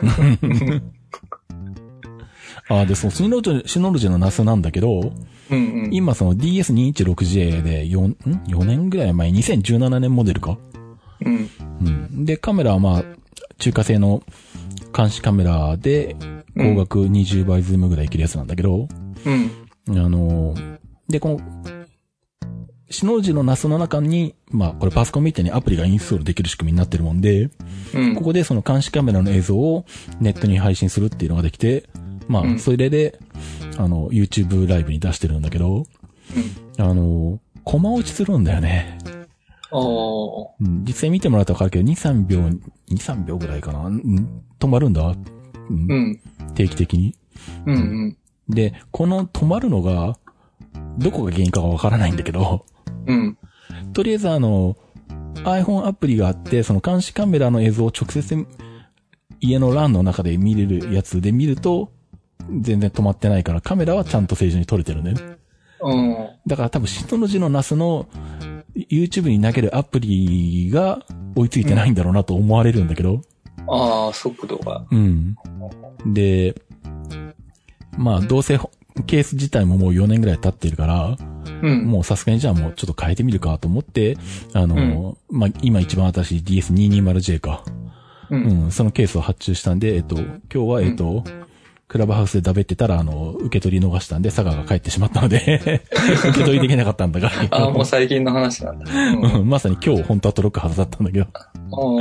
あ、で、そう、シノロジー、シノロジーのナスなんだけど、うんうん、今その ディーエスにひゃくじゅうろくジェー でよん、ん ?よ 年ぐらい前、にせんじゅうななねんモデルか。うん。うん。で、カメラはまあ、中華製の監視カメラで、光学にじゅうばいズームぐらいいけるやつなんだけど、うん。あの、で、この、シノロジーのナスの中に、まあ、これパソコンみたいにアプリがインストールできる仕組みになってるもんで、うん、ここでその監視カメラの映像をネットに配信するっていうのができて、まあ、うん、それで、あの、YouTube ライブに出してるんだけど、うん、あの、コマ落ちするんだよね。 おうん、実際見てもらったらわかるけど、に、さんびょう、に、さんびょうぐらいかな、うん、止まるんだ、うんうん、定期的に、うんうん。で、この止まるのが、どこが原因かわからないんだけど、うん、とりあえずあの、iPhone アプリがあって、その監視カメラの映像を直接家の ラン の中で見れるやつで見ると、全然止まってないから、カメラはちゃんと正常に撮れてるんだよね。うん。だから多分シノロジーのナスの YouTube に投げるアプリが追いついてないんだろうなと思われるんだけど。 うん、ああ、速度が。 うん。で、まあどうせケース自体ももうよねんぐらい経ってるから、うん、もうさすがにじゃあもうちょっと変えてみるかと思って、あの、うん、まあ今一番新しい ディーエスにひゃくにじゅうジェー か。うん、うん。そのケースを発注したんで、えっと、今日はえっと、うんクラブハウスでだべってたら、あの、受け取り逃したんで、佐賀が帰ってしまったので、受け取りできなかったんだが。 ああ、もう最近の話なんだ。 うん、まさに今日本当は届くはずだったんだけど。うん、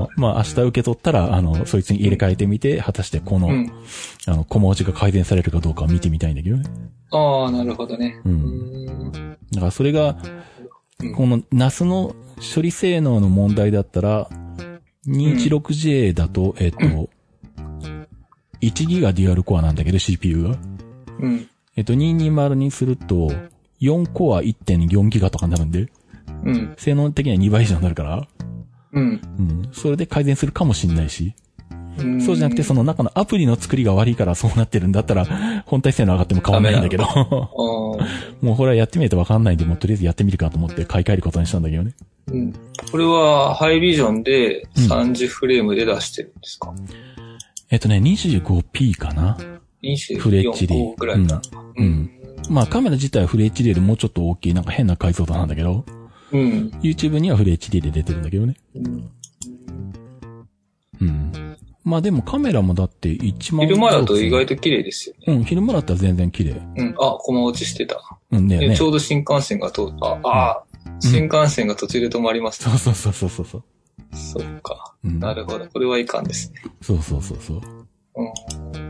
まあ明日受け取ったら、あの、そいつに入れ替えてみて、果たしてこの、うん、あの、小文字が改善されるかどうかを見てみたいんだけどね。 ああ、なるほどね。 うん。だからそれが、この ナス の処理性能の問題だったら、にひゃくじゅうろくジェー だと、えっと、いちギガデュアルコアなんだけど シーピーユー が。うん。えっと、にひゃくにじゅうにすると、よんコア いってんよんギガとかになるんで。うん。性能的にはにばい以上になるから。うん。うん。それで改善するかもしんないし。うんそうじゃなくて、その中のアプリの作りが悪いからそうなってるんだったら、本体性能上がっても変わんないんだけど。もうこれはやってみないとわかんないんで、もうとりあえずやってみるかと思って買い替えることにしたんだけどね。 うん。これはハイビジョンでさんじゅうフレームで出してるんですか？うんえっとね、にじゅうごピー かな。 にじゅうよんフレッチリぐらいか。 うん。うん。まあカメラ自体はフレッチリよりもうちょっと大きい、なんか変な解像度なんだけど。うん。YouTube にはフレッチリで出てるんだけどね。うん。うん。まあでもカメラもだっていちまん。 昼間だと意外と綺麗ですよね。 うん、昼間だったら全然綺麗。 うん。あ、コマ落ちしてた。 うんだよね。 ちょうど新幹線が通った。あ、あ、うん、新幹線が途中で止まりました、 ね。そうそうそうそうそう。 そっか、うん。なるほど。これはいかんですね。 そうそうそうそう。うん、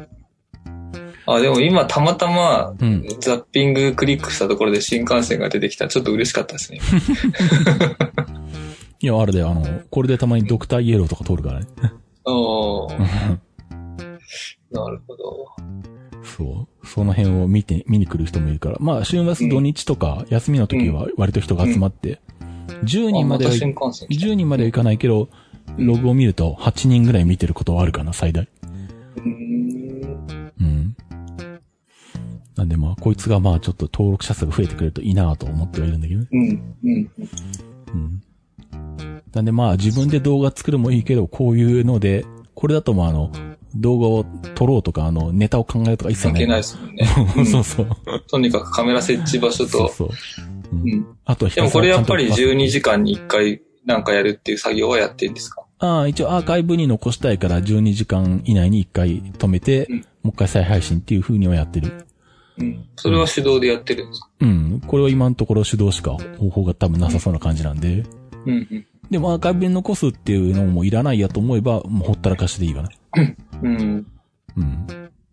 あ、でも今たまたま、うん、ザッピングクリックしたところで新幹線が出てきたらちょっと嬉しかったですね。 いや、あれだよ、あの、これでたまにドクターイエローとか通るからね。 おー。なるほど。 そう。その辺を見て、見に来る人もいるから。まあ、週末土日とか休みの時は割と人が集まって、うん、じゅうにんまでは、じゅうにんまではいかないけど、ログを見るとはちにんぐらい見てることはあるかな、最大。うん。うん。なんでまあ、こいつがまあちょっと登録者数が増えてくれるといいなと思ってはいるんだけどね。うん。うん。うん。なんでまあ、自分で動画作るもいいけど、こういうので、これだとまああの、動画を撮ろうとか、あの、ネタを考えるとか一切ない。 関係ないですもんね。 うん、そうそう。 とにかくカメラ設置場所と。そうそう。うん。うん、あとはでもこれやっぱりじゅうにじかんにいっかいなんかやるっていう作業はやってるんですか？ ああ、一応アーカイブに残したいからじゅうにじかん以内にいっかい止めて、うん、もう一回再配信っていう風にはやってる。 うん。それは手動でやってるんですか？ うん。これは今のところ手動しか方法が多分なさそうな感じなんで。うん。うん。でもアーカイブに残すっていうのもいらないやと思えば、もうほったらかしでいいかな。うん。うん。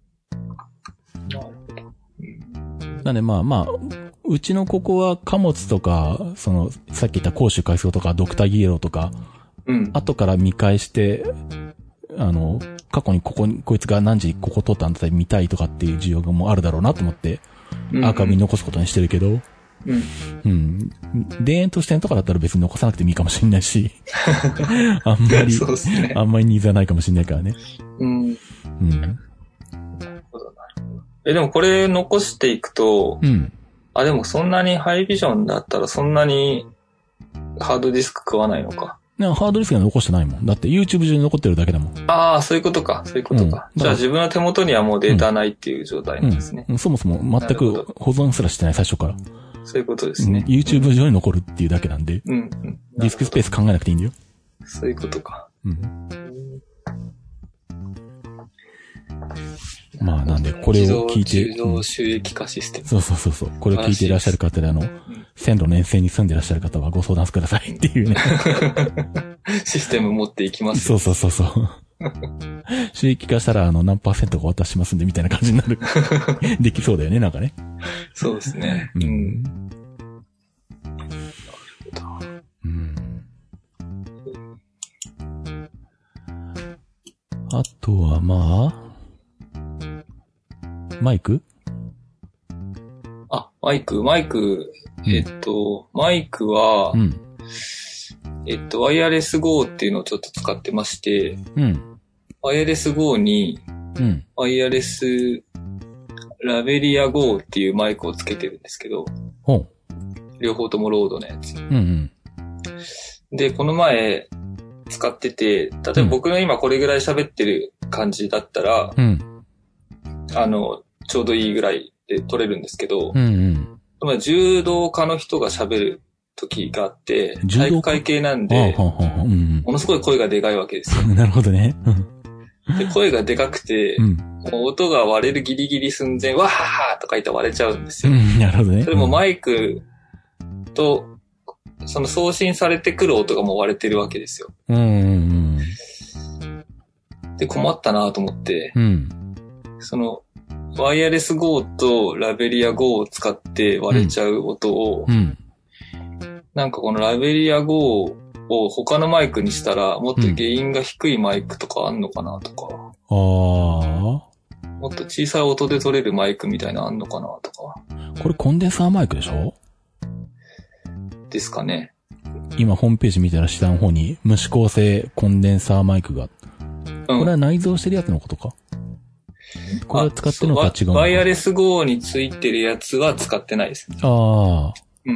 なんでまあまあ、うちのここは貨物とか、その、さっき言った甲州海藻とかドクターイエローとか、うん。後から見返して、あの、過去にここに、こいつが何時ここ通ったんだったら見たいとかっていう需要がもうあるだろうなと思って、うんうん、アーカイブに残すことにしてるけど、うん。うん。田園都市線とかだったら別に残さなくてもいいかもしれないし、あんまり、そうですね。あんまりニーズはないかもしれないからね。うん。うん。 なるほどな。え、でもこれ残していくと、うん。 あ、でもそんなにハイビジョンだったらそんなにハードディスク食わないのか。 ハードディスクが残してないもん。だって YouTube 上に残ってるだけだもん。 ああ、そういうことか。そういうことか。うん、じゃあ自分の手元にはもうデータないっていう状態なんですね。 うんうん、そもそも全く保存すらしてない、最初から。 そういうことですね。 うん、YouTube 上に残るっていうだけなんで。うん、うん。ディスクスペース考えなくていいんだよ。 そういうことか。うん。 まあなんで、これを聞いて。 自動収益化システム。 そうそうそうそう。これを聞いていらっしゃる方で、あの、うん、線路の沿線に住んでいらっしゃる方はご相談くださいっていうね。 システム持っていきます。 そうそうそうそう。収益化したら、あの、何パーセントか渡しますんで、みたいな感じになる。できそうだよね、なんかね。 そうですね。うん。なるほど。うん。 あとは、まあ、マイク？ あ、マイク、マイク、うん、えっと、マイクは、うん、えっと、ワイヤレス ゴー っていうのをちょっと使ってまして、うん、ワイヤレス ゴー に、うん、ワイヤレスラベリア ゴー っていうマイクをつけてるんですけど、両方ともロードのやつ。うんうん、で、この前使ってて、例えば僕の今これぐらい喋ってる感じだったら、うん、あの、ちょうどいいぐらいで撮れるんですけど、うんうん、柔道家の人が喋る時があって、体育会系なんで、はあはあうん、ものすごい声がでかいわけですよ。 なるほどね。 で声がでかくて、うん、もう音が割れるギリギリ寸前、わははとか言って割れちゃうんですよ。うん、 なるほどね。 それもマイクと、その送信されてくる音がもう割れてるわけですよ。うんうんうん、で、困ったなと思って、うん、その、ワイヤレス ゴー とラベリア ゴー を使って割れちゃう音を、うんうん、なんかこのラベリア ゴー を他のマイクにしたらもっと原因が低いマイクとかあんのかなとか、うん、あもっと小さい音で撮れるマイクみたいなのあんのかなとか。 これコンデンサーマイクでしょ？ ですかね。 今ホームページ見たら下の方に無指向性コンデンサーマイクが、うん、これは内蔵してるやつのことか？これは使ってるのか違うのか？ ワイヤレス ゴー についてるやつは使ってないですね。 ああ。うん。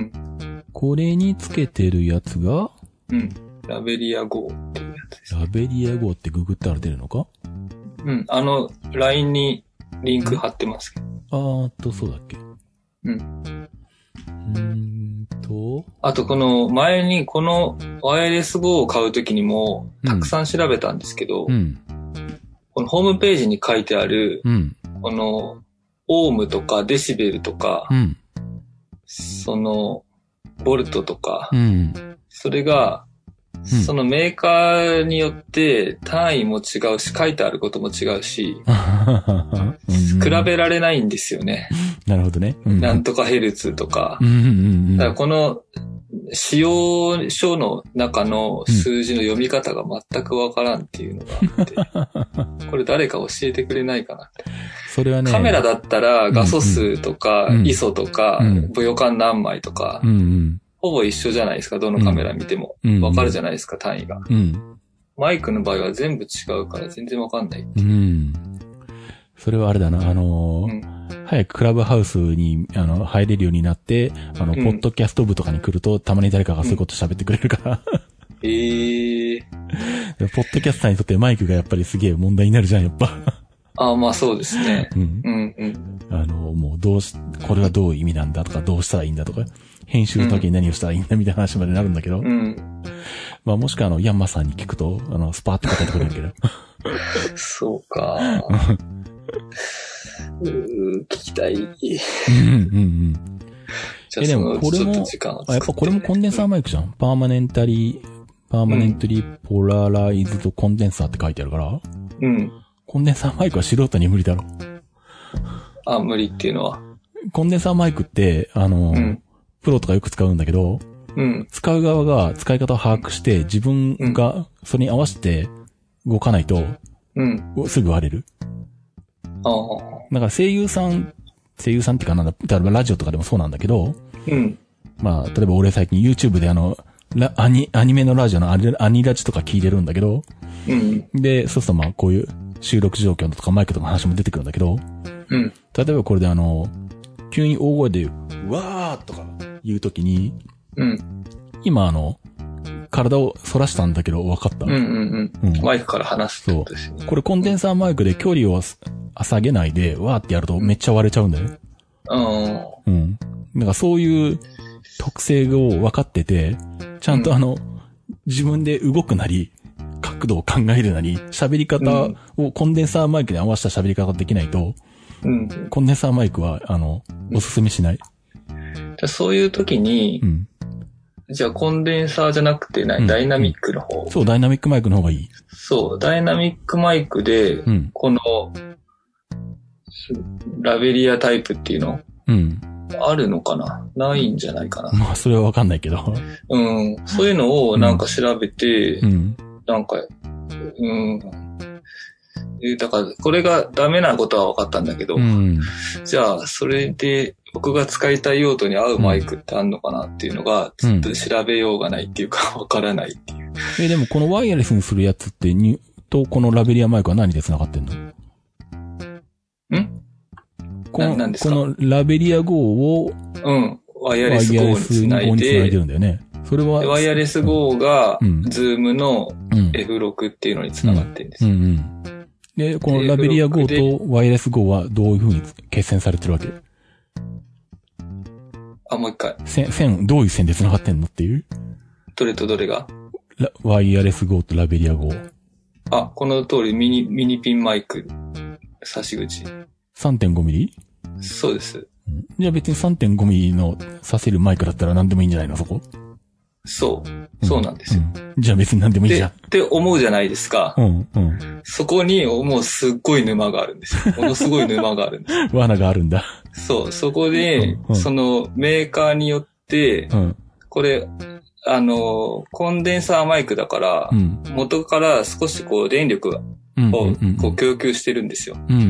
これにつけてるやつがうん。ラベリア ゴー っていうやつです。 ラベリア ゴー ってググったら出るのか？ うん。あの、ライン にリンク貼ってますけど。 あーっと、そうだっけ？うん。うーんと。 あと、この前にこのワイヤレス ゴー を買うときにもたくさん調べたんですけど、うん。うんこのホームページに書いてある、うん、この、オームとかデシベルとか、うん、その、ボルトとか、うん、それが、うん、そのメーカーによって単位も違うし、書いてあることも違うし、比べられないんですよね。 なるほどね。 うん、なんとかヘルツとか。うんうんうん、だからこの、使用書の中の数字の読み方が全くわからんっていうのがあって、これ誰か教えてくれないかなって。 それはね。 カメラだったら画素数とか、うんうん、イソとか、うん、ブヨカン何枚とか、うんうん、ほぼ一緒じゃないですか、どのカメラ見ても。うん、わかるじゃないですか、単位が、うん。マイクの場合は全部違うから全然わかんないっていう。うん。 それはあれだな、あのー、うん早くクラブハウスに、あの、入れるようになって、あの、うん、ポッドキャスト部とかに来ると、たまに誰かがそういうこと喋ってくれるから。 え、うん、えー。 ポッドキャスターにとってマイクがやっぱりすげえ問題になるじゃん、やっぱ。 ああ、まあそうですね。うん。うんうん。 あの、もうどうし、これはどういう意味なんだとか、どうしたらいいんだとか、編集の時に何をしたらいいんだみたいな話までなるんだけど。うん。まあもしくはあの、ヤンマさんに聞くと、あの、スパーって答えてくれるけど。 そうか。うー聞きたい。うんうんうん。じゃあ、でもこれも、あ、やっぱこれもコンデンサーマイクじゃん。パーマネンタリー、パーマネントリーポラライズドコンデンサーって書いてあるから。うん。コンデンサーマイクは素人に無理だろ。 あ、無理っていうのは。 コンデンサーマイクって、あの、うん、プロとかよく使うんだけど、うん。使う側が使い方を把握して、自分がそれに合わせて動かないと、うん。すぐ割れる。ああ。だから声優さん、声優さんっていうかなんだ、例えばラジオとかでもそうなんだけど、うん。まあ、例えば俺最近 YouTube であの、アニ、アニメのラジオのアニ、アニラジとか聞いてるんだけど、うん。で、そうするとまあこういう収録状況とかマイクとかの話も出てくるんだけど、うん。例えばこれであの、 急に大声で、わーとか言うときに、 うん。 今あの、体を反らしたんだけど分かった？ うんうんうん。うん、マイクから離すってことですよね。 そう。これコンデンサーマイクで距離を下げないで、わーってやるとめっちゃ割れちゃうんだよね。 うん。 うん。だからそういう特性を分かってて、ちゃんとあの、うん、自分で動くなり、角度を考えるなり、喋り方をコンデンサーマイクに合わせた喋り方ができないと、うん、コンデンサーマイクは、あの、おすすめしない。じゃあそういう時に、うん、じゃあコンデンサーじゃなくてない、うん、ダイナミックの方、 うん。そう、ダイナミックマイクの方がいい。 そう、ダイナミックマイクで、うん、この、ラベリアタイプっていうの、うん、あるのかな？ないんじゃないかな。 まあ、それはわかんないけど。 うん。そういうのをなんか調べて、うん、なんか、うん。だから、これがダメなことは分かったんだけど、うん、じゃあ、それで僕が使いたい用途に合うマイクってあるのかなっていうのが、ずっと調べようがないっていうか、分からないっていう。 え、でもこのワイヤレスにするやつってに、とこのラベリアマイクは何で繋がってんの？んこの、このラベリア ゴー を、 うん。ワイヤレス ゴー につないで、 に繋いでるんだよね。それは。 ワイヤレス ゴー が、ズームの エフろく っていうのに繋がってるんですよ。うんうんうん、 で、このラベリア ゴー とワイヤレス ゴー はどういう風に決線されてるわけ？ あ、もう一回。 線、線、どういう線で繋がってんのっていう？ どれとどれが？ ワイヤレス ゴー とラベリア ゴー。 あ、この通りミニ、ミニピンマイク、差し口。 さんてんごミリ？ そうです。 じゃあ別に さんてんごミリ のさせるマイクだったら何でもいいんじゃないのそこ？ そう。そうなんですよ。 うんうん、じゃあ別に何でもいいじゃん。 って思うじゃないですか。うんうん、そこにもうすっごい沼があるんですよ。ものすごい沼があるんですよ。 罠があるんだ。 そう。そこで、うんうん、そのメーカーによって、うん、これ、あの、コンデンサーマイクだから、うん、元から少しこう電力をこう供給してるんですよ。うんうんうん、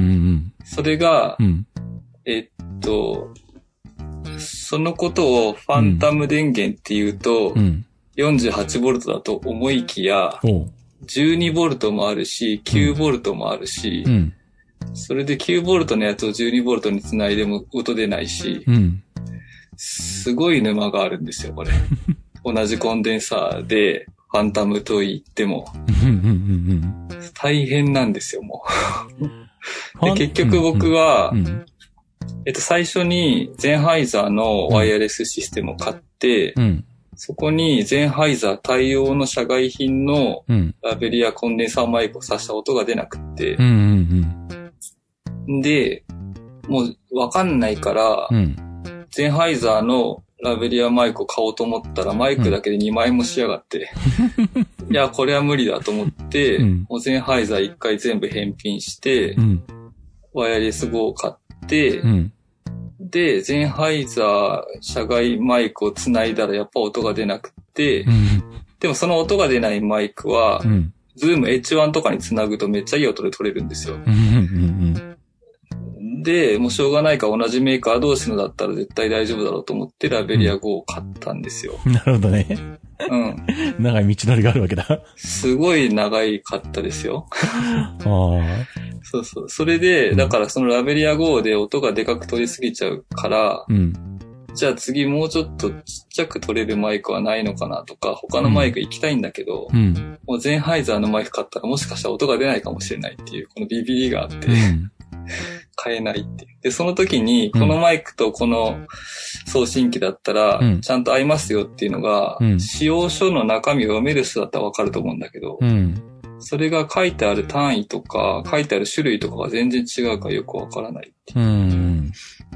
それが、うん、えっと、そのことをファンタム電源っていうと、うん、よんじゅうはちボルトだと思いきや、じゅうにボルトもあるし、きゅうボルトもあるし、うん、それできゅうボルトのやつをじゅうにボルトにつないでも音出ないし、うん、すごい沼があるんですよ、これ。同じコンデンサーで、ファンタムと言っても、大変なんですよ、もう。で、結局僕は、うんうん、えっと、最初にゼンハイザーのワイヤレスシステムを買って、うん、そこにゼンハイザー対応の社外品のラベリアコンデンサーマイクを挿した音が出なくって、うんうんうん、で、もうわかんないから、うん、ゼンハイザーのラベリアマイクを買おうと思ったらマイクだけでにまいもしやがって、うん、いや、これは無理だと思って、うん、もうゼンハイザー一回全部返品して、うん、ワイヤレス ゴー を買って、うん、で、ゼンハイザー社外マイクをつないだらやっぱ音が出なくって、うん、でもその音が出ないマイクは、うん、ズーム エイチワン とかにつなぐとめっちゃいい音で撮れるんですよ。うんうんうん、で、もうしょうがないから同じメーカー同士のだったら絶対大丈夫だろうと思ってラベリア ゴー を買ったんですよ。 なるほどね。うん。長い道のりがあるわけだ。 すごい長いかったですよ。あそうそう。それで、うん、だからそのラベリア ゴー で音がでかく取りすぎちゃうから、うん、じゃあ次もうちょっとちっちゃく取れるマイクはないのかなとか、他のマイク行きたいんだけど、うん、もうゼンハイザーのマイク買ったらもしかしたら音が出ないかもしれないっていう、このビビりがあって、うん、買えないっていう。で、その時に、このマイクとこの送信機だったら、ちゃんと合いますよっていうのが、うん、使用書の中身を読める人だったらわかると思うんだけど、うん、それが書いてある単位とか、書いてある種類とかが全然違うからよくわからないっていう。うん。うん。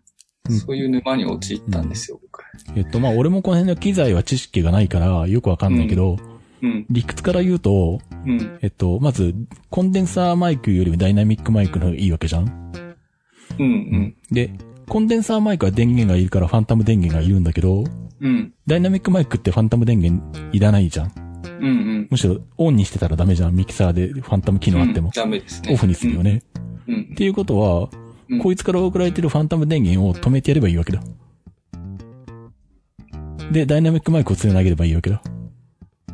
そういう沼に陥ったんですよ、僕。 えっと、まあ、俺もこの辺の機材は知識がないからよくわかんないけど、うん、理屈から言うと、うん、えっと、まず、コンデンサーマイクよりもダイナミックマイクの方がいいわけじゃん。うんうん。で、コンデンサーマイクは電源がいるからファンタム電源がいるんだけど、うん。ダイナミックマイクってファンタム電源いらないじゃん。うんうん。むしろオンにしてたらダメじゃん。ミキサーでファンタム機能あっても。うん、 ダメですね。 オフにするよね。うん。うん、っていうことは、うん、こいつから送られてるファンタム電源を止めてやればいいわけだ。で、ダイナミックマイクをつなげればいいわけだ。 うん、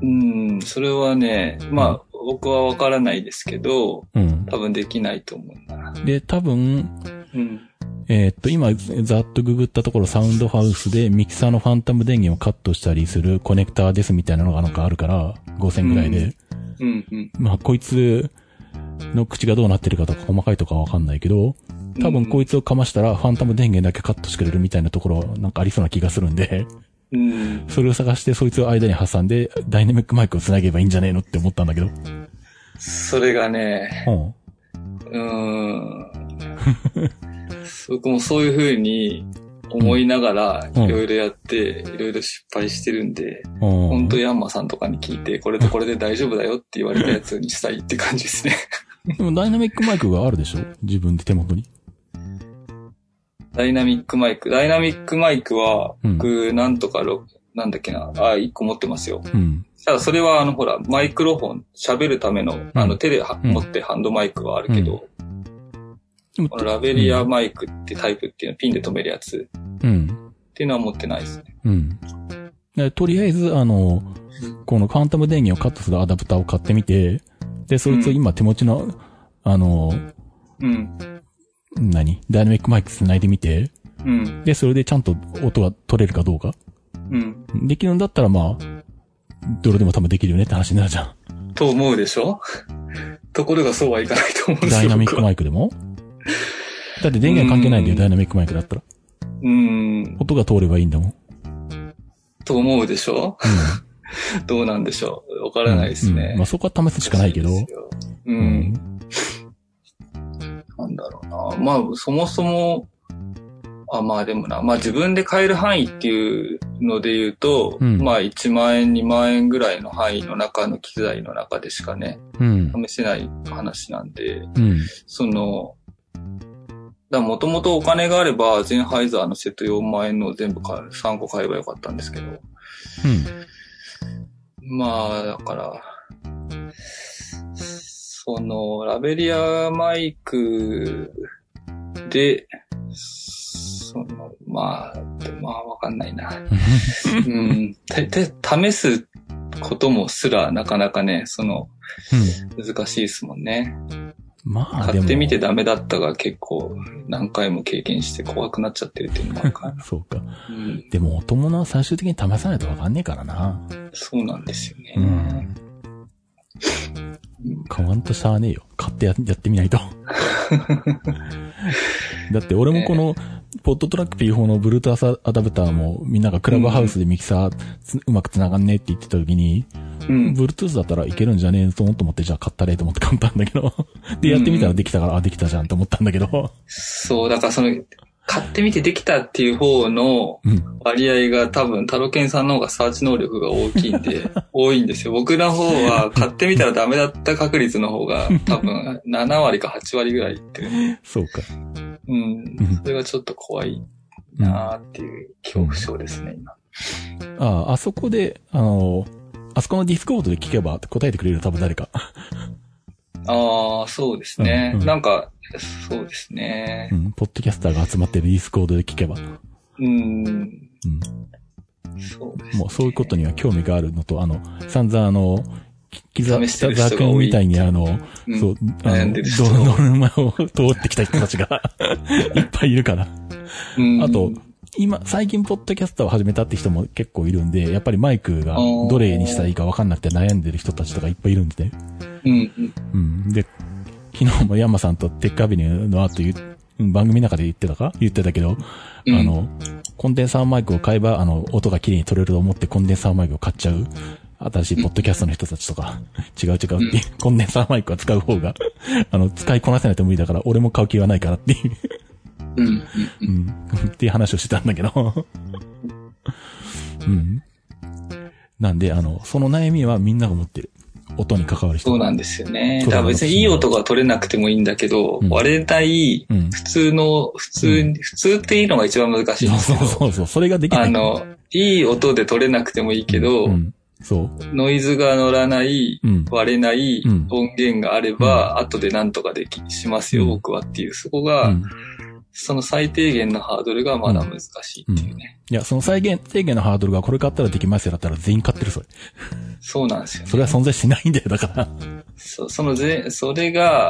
それはね、まあ、うん、僕はわからないですけど、うん、多分できないと思うんだな。 で、多分、うん、 えー、っと、今、ざっとググったところ、サウンドハウスでミキサーのファントム電源をカットしたりするコネクターですみたいなのがなんかあるから、ごせんぐらいで。 うん。うん、 まあ、こいつの口がどうなってるかとか細かいとかはわかんないけど、多分こいつをかましたらファントム電源だけカットしてくれるみたいなところなんかありそうな気がするんで、 うん、 それを探してそいつを間に挟んでダイナミックマイクを繋げばいいんじゃねえのって思ったんだけど。 それがね、うん。うーん僕もそういう風に思いながらいろいろやっていろいろ失敗してるんで、うん、本当ヤンマさんとかに聞いてこれとこれで大丈夫だよって言われたやつにしたいって感じですね。 でもダイナミックマイクがあるでしょ？自分で手元に。 ダイナミックマイク。ダイナミックマイクは僕なんとかろ、うん、なんだっけな、あ、いっこ持ってますよ。うん、ただそれはあのほらマイクロフォン喋るための、うん、あの手で持ってハンドマイクはあるけど。うんこのラベリアマイクってタイプっていうのはピンで止めるやつ。うん。っていうのは持ってないですね。うん。 でとりあえず、あの、このファントム電源をカットするアダプターを買ってみて、で、そいつを今手持ちの、うん、あの、うん。何ダイナミックマイク繋いでみて、うん。で、それでちゃんと音が取れるかどうか。うん。できるんだったらまあ、どれでも多分できるよねって話になるじゃん。 と思うでしょところがそうはいかないと思うんですよ。 ダイナミックマイクでもだって電源関係ないんだよ、ダイナミックマイクだったら。うん。音が通ればいいんだもん。 と思うでしょ、うん、どうなんでしょうわからないですね。うんうん、 まあそこは試すしかないけど。 うん。うん、なんだろうな。まあそもそも、あ、まあでもな。まあ自分で買える範囲っていうので言うと、うん、まあいちまんえん、にまんえんぐらいの範囲の中の機材の中でしかね、うん、試せない話なんで、うん、その、だもともとお金があれば、ゼンハイザーのセットよんまんえんの全部買う、さんこ買えばよかったんですけど。うん。まあ、だから、その、ラベリアマイクで、その、まあ、まあわかんないな。うん。て、て、試すこともすらなかなかね、その、うん、難しいですもんね。まあ、買ってみてダメだったが結構何回も経験して怖くなっちゃってるっていうのもあるから。 そうか、うん。でも音物は最終的に試さないとわかんねえからな。 そうなんですよね。 うん。買わんとしゃあねえよ。買ってや、やってみないと。だって俺もこの、ポッドトラック ピーフォー の Bluetooth アダプターもみんながクラブハウスでミキサー う, うまく繋がんねえって言ってた時に、うん、Bluetooth だったらいけるんじゃねえと思って、じゃあ買ったれと思って買ったんだけど。で、やってみたらできたから、うん、あ、できたじゃんと思ったんだけど。 そう、だからその、買ってみてできたっていう方の割合が多分タロケンさんの方がサーチ能力が大きいんで、多いんですよ。僕の方は買ってみたらダメだった確率の方が多分ななわりかはちわりぐらいいってる。 そうか。 うん。それがちょっと怖いなーっていう恐怖症ですね、今。 ああ、あそこで、あの、あそこのディスコードで聞けば答えてくれる多分誰か。 ああ、そうですね、うんうん。なんか、そうですね。 うん。ポッドキャスターが集まってるディスコードで聞けば。うん。うん。そうですね。もうそういうことには興味があるのと、あの、散々あの、キザ、キザザ君みたいにあの、うん、そう、あの、泥沼を通ってきた人たちがいっぱいいるから。うん。あと、今、最近ポッドキャスターを始めたって人も結構いるんで、やっぱりマイクがどれにしたらいいか分かんなくて悩んでる人たちとかいっぱいいるんでね。うん。うん。で、昨日もヤンマさんとテックアビニューの後言う、番組の中で言ってたか言ってたけど、うん、あの、コンデンサーマイクを買えば、あの、音が綺麗に取れると思ってコンデンサーマイクを買っちゃう。新しいポッドキャストの人たちとか、違う違うって、うん、コンデンサーマイクは使う方が、あの、使いこなせないと無理だから、俺も買う気はないからっていう。うん。うん。っていう話をしてたんだけど。うん。なんで、あの、その悩みはみんなが持ってる。音に関わる人。 そうなんですよね。だから別にいい音が取れなくてもいいんだけど、うん、割れない、普通の、普通、うん、普通っていいのが一番難しいんですけど。 そうそうそう、それができない。 あの、いい音で取れなくてもいいけど、うんうんそう。ノイズが乗らない、うん、割れない音源があれば、うん、後でなんとかでき、しますよ、うん、僕はっていう。そこが、うん、その最低限のハードルがまだ難しいっていうね。 うんうん、いや、その最低限のハードルがこれ買ったらできますよだったら全員買ってる、それ。 そうなんですよね。 それは存在しないんだよ、だから。 そ、そのぜ、それが、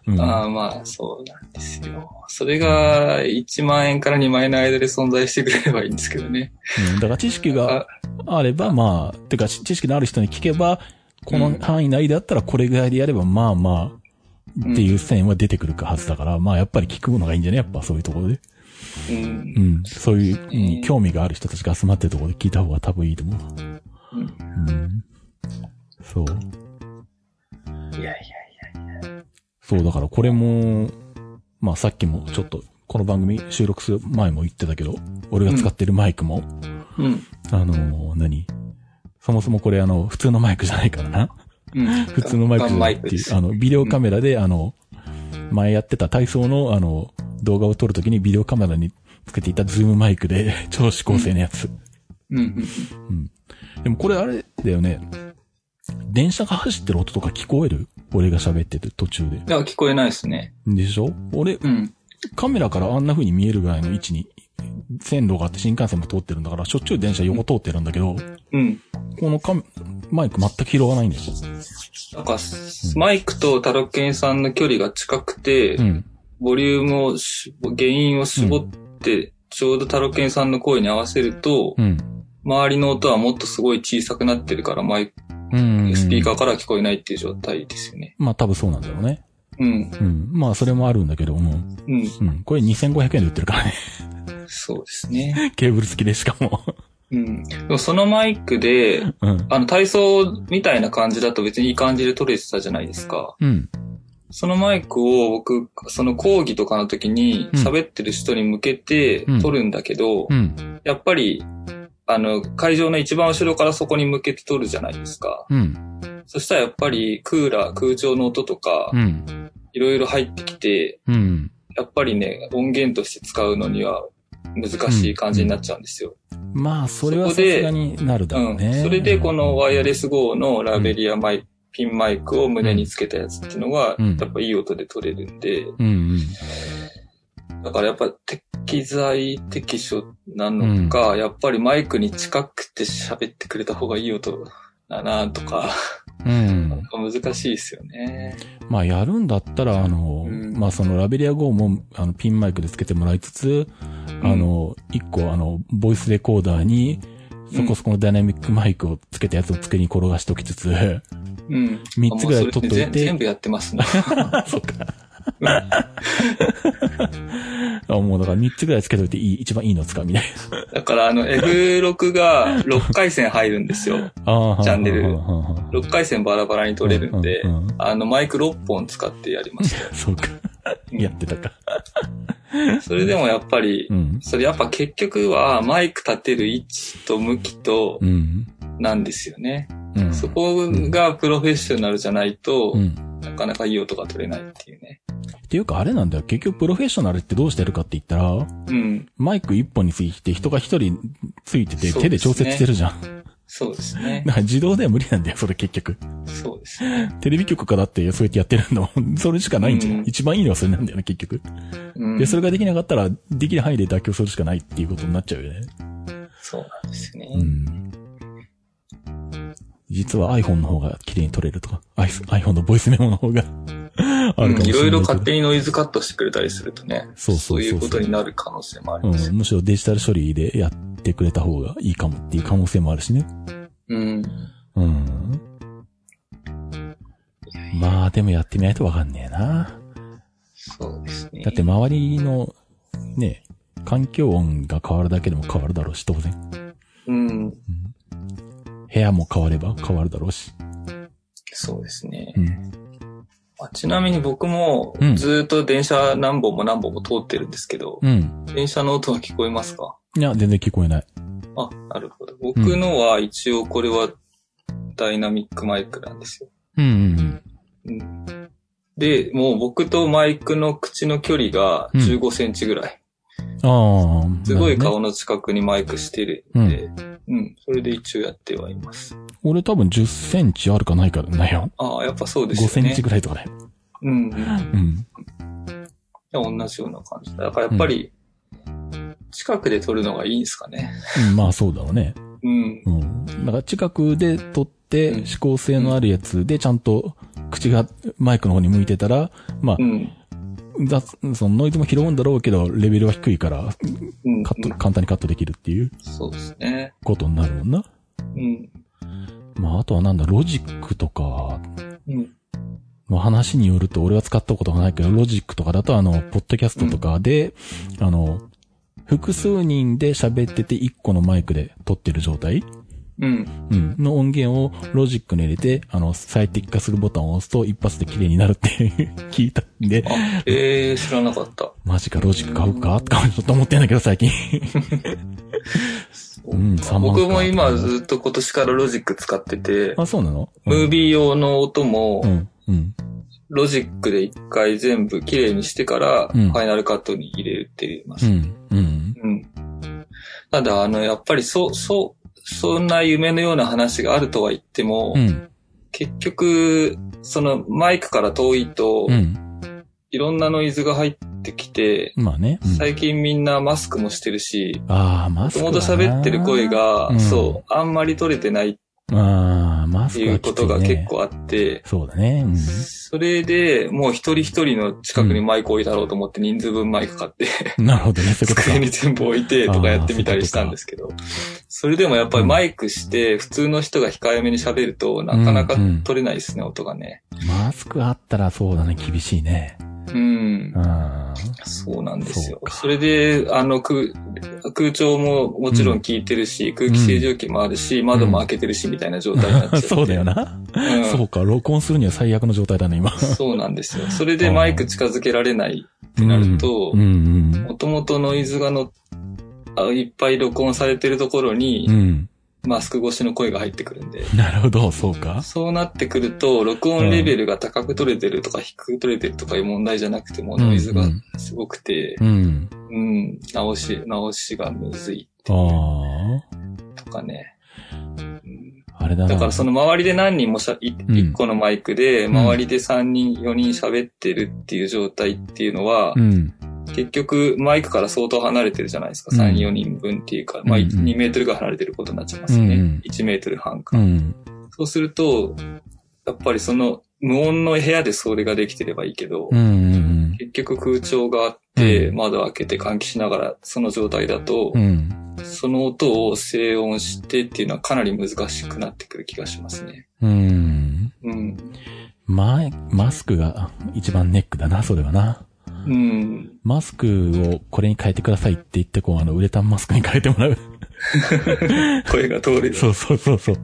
うん、ああ、まあ、そうなんですよ。それがいちまんえんからにまんえんの間で存在してくれればいいんですけどね。 うん、だから知識があれば、まあ、てか知識のある人に聞けば、この範囲内だったらこれぐらいでやれば、まあまあ、っていう線は出てくるはずだから、まあやっぱり聞くのがいいんじゃねやっぱそういうところで。うん。うん。そういう、に興味がある人たちが集まってるところで聞いた方が多分いいと思う。うん。うん。そう。 いやいやいやいや。 そう、だからこれも、まあさっきもちょっと、この番組収録する前も言ってたけど、俺が使ってるマイクも、うん。あの、何そもそもこれあの、普通のマイクじゃないからな。うん。普通のマイクじゃないっていう、あの、ビデオカメラで、あの、前やってた体操のあの、動画を撮るときにビデオカメラにつけていたズームマイクで、超指向性のやつ。うん。うん。うん。でもこれあれだよね。電車が走ってる音とか聞こえる？俺が喋ってて途中で。いや、聞こえないですね。 でしょ？俺、うん。カメラからあんな風に見えるぐらいの位置に線路があって新幹線も通ってるんだから、しょっちゅう電車横通ってるんだけど、うん。このカマイク全く拾わないんですよ。 なんか、うん、マイクとタロケンさんの距離が近くて、うん、ボリュームをし、原因を絞って、うん、ちょうどタロケンさんの声に合わせると、うん、周りの音はもっとすごい小さくなってるから、マイク、うん、スピーカーから聞こえないっていう状態ですよね。 まあ多分そうなんだろうね。うん。うん。まあそれもあるんだけども。うん。うん。これにせんごひゃくえんで売ってるからね。 そうですね。 ケーブル付きでしかも。 うん。でもそのマイクで、うん、あの体操みたいな感じだと別にいい感じで撮れてたじゃないですか。うん。そのマイクを僕、その講義とかの時に喋ってる人に向けて撮るんだけど、うんうん、やっぱり、あの、会場の一番後ろからそこに向けて撮るじゃないですか。うん。そしたらやっぱりクーラー、空調の音とか、うん、いろいろ入ってきて、うん、やっぱりね、音源として使うのには難しい感じになっちゃうんですよ。 うんうん、まあ、それはさすがになるだろうね。 うん。それでこのワイヤレス ゴー のラベリアマイ、うん、ピンマイクを胸につけたやつっていうのは、やっぱいい音で取れるんで、うんうん、だからやっぱ適材適所なのか、うん、やっぱりマイクに近くて喋ってくれた方がいい音だなとか、うん。難しいですよね。 まあやるんだったら、あの、うん、まあそのラベリア ゴー もあのピンマイクでつけてもらいつつ、うん、あの、一個あの、ボイスレコーダーに、そこそこのダイナミックマイクをつけたやつを机に転がしておきつつ、うん。三つぐらい取っといて。 全部やってますね。 そっか。あもうだから三つぐらいつけといていい、一番いいの使うみたいな。だからあの エフろく がろっかい線入るんですよ。チャンネル。ろっかい線バラバラに取れるんで、うんうん、あのマイクろっぽん使ってやりました。 そうか。やってたか。 それでもやっぱり、うん、それやっぱ結局はマイク立てる位置と向きと、なんですよね。うん、そこがプロフェッショナルじゃないと、うん、なかなかいい音が取れないっていうね。 っていうかあれなんだよ。結局プロフェッショナルってどうしてるかって言ったら、うん、マイク一本について人が一人ついてて手で調節してるじゃん。 そうですね。 だから自動では無理なんだよ、それ結局。 そうですね。 テレビ局かだってそうやってやってるの、それしかないんじゃん。うん、一番いいのはそれなんだよね、結局。うん、で、それができなかったら、できる範囲で妥協するしかないっていうことになっちゃうよね。 そうなんですね。うん。 実は iPhone の方が綺麗に撮れるとか、iPhone のボイスメモの方があるかもしれない。 いろいろ勝手にノイズカットしてくれたりするとね。そうそうそうそう。そういうことになる可能性もあります、 うん。むしろデジタル処理でやってくれた方がいいかもっていう可能性もあるしね。うん。うん。まあでもやってみないとわかんねえな。 そうですね。 だって周りのね、環境音が変わるだけでも変わるだろうし、当然。うん。うん、部屋も変われば変わるだろうし。 そうですね。うん、あちなみに僕もずっと電車何本も何本も通ってるんですけど、うん、電車の音は聞こえますか？ いや、全然聞こえない。 あ、なるほど。僕のは一応これはダイナミックマイクなんですよ。うんうんうん、で、もう僕とマイクの口の距離がじゅうごセンチぐらい。うん、ああ。すごい顔の近くにマイクしてるんで、うん、うん。それで一応やってはいます。 俺多分じゅっセンチあるかないかないよ。 ああ、やっぱそうですよね。 ごセンチぐらいとかね。うん。うん。 同じような感じだ。だからやっぱり、近くで撮るのがいいんですかね。 うん、まあそうだろうね。うん。うん。だから近くで撮って、指向性のあるやつでちゃんと口がマイクの方に向いてたら、まあ、うん、そのノイズも拾うんだろうけど、レベルは低いから、うん、カット、簡単にカットできるっていう。 そうですね。 ことになるもんな。 うん。 まあ、あとはなんだ、ロジックとか、うん。まあ、話によると、俺は使ったことがないけど、ロジックとかだと、あの、ポッドキャストとかで、うん、あの、複数人で喋ってて、一個のマイクで撮ってる状態うん。 うん。の音源をロジックに入れて、あの、最適化するボタンを押すと一発で綺麗になるって聞いたんで。 あ、ええー、知らなかった。 マジか、ロジック買うかってちょっと思ってんだけど、最近。 うん、僕も今ずっと今年からロジック使ってて。 あ、そうなの？ うん、ムービー用の音も、 うん。うん。 ロジックで一回全部綺麗にしてから、ファイナルカットに入れるって言います。 うん。うん。 うん。ただ、あの、やっぱりそう、そう、そんな夢のような話があるとは言っても、 うん、 結局、そのマイクから遠いと、 うん、 いろんなノイズが入ってきて、 まあね、うん、 最近みんなマスクもしてるし、 ああ、マスク。 もともと喋ってる声が、うん、そう、あんまり取れてないああ、マスクっていうことが結構あって、 そうだね。うん、 それで、もう一人一人の近くにマイク置いたろうと思って人数分マイク買って、 うん、なるほどね、そういうことか。 机に全部置いてとかやってみたりしたんですけど、それでもやっぱりマイクして普通の人が控えめに喋るとなかなか取れないですね、うんうん、音がね。 マスクあったらそうだね、厳しいね。 うん。そうなんですよ。そ, それで、あの、空、空調ももちろん効いてるし、うん、空気清浄機もあるし、うん、窓も開けてるし、みたいな状態になっちゃって。 そうだよな、うん。そうか、録音するには最悪の状態だね、今。 そうなんですよ。それでマイク近づけられないってなると、もともとノイズがのいっぱい録音されてるところに、うんマスク越しの声が入ってくるんで。 なるほど、そうか。 そうなってくると、録音レベルが高く取れてるとか低く取れてるとかいう問題じゃなくても、ノイズがすごくて、 うん。 うん。直し、直しがむずいってああ。とかね。 うん、あれだな。 だからその周りで何人もしゃ、いっこのマイクで、周りでさんにん、よにん喋ってるっていう状態っていうのは、 うん結局、マイクから相当離れてるじゃないですか。うん、さん、よにんぶんっていうか、まあ、にメートルが離れてることになっちゃいますね。うん、いちメートルはんか、 うん。 そうすると、やっぱりその、無音の部屋でそれができてればいいけど、 うん、 結局空調があって、窓開けて換気しながら、その状態だと、 うん、 その音を静音してっていうのはかなり難しくなってくる気がしますね。 うん。 うん。 マイ、マスクが一番ネックだな、それはな。 うん。 マスクをこれに変えてくださいって言って、こう、あの、ウレタンマスクに変えてもらう。 声が通る。 そうそうそうそう。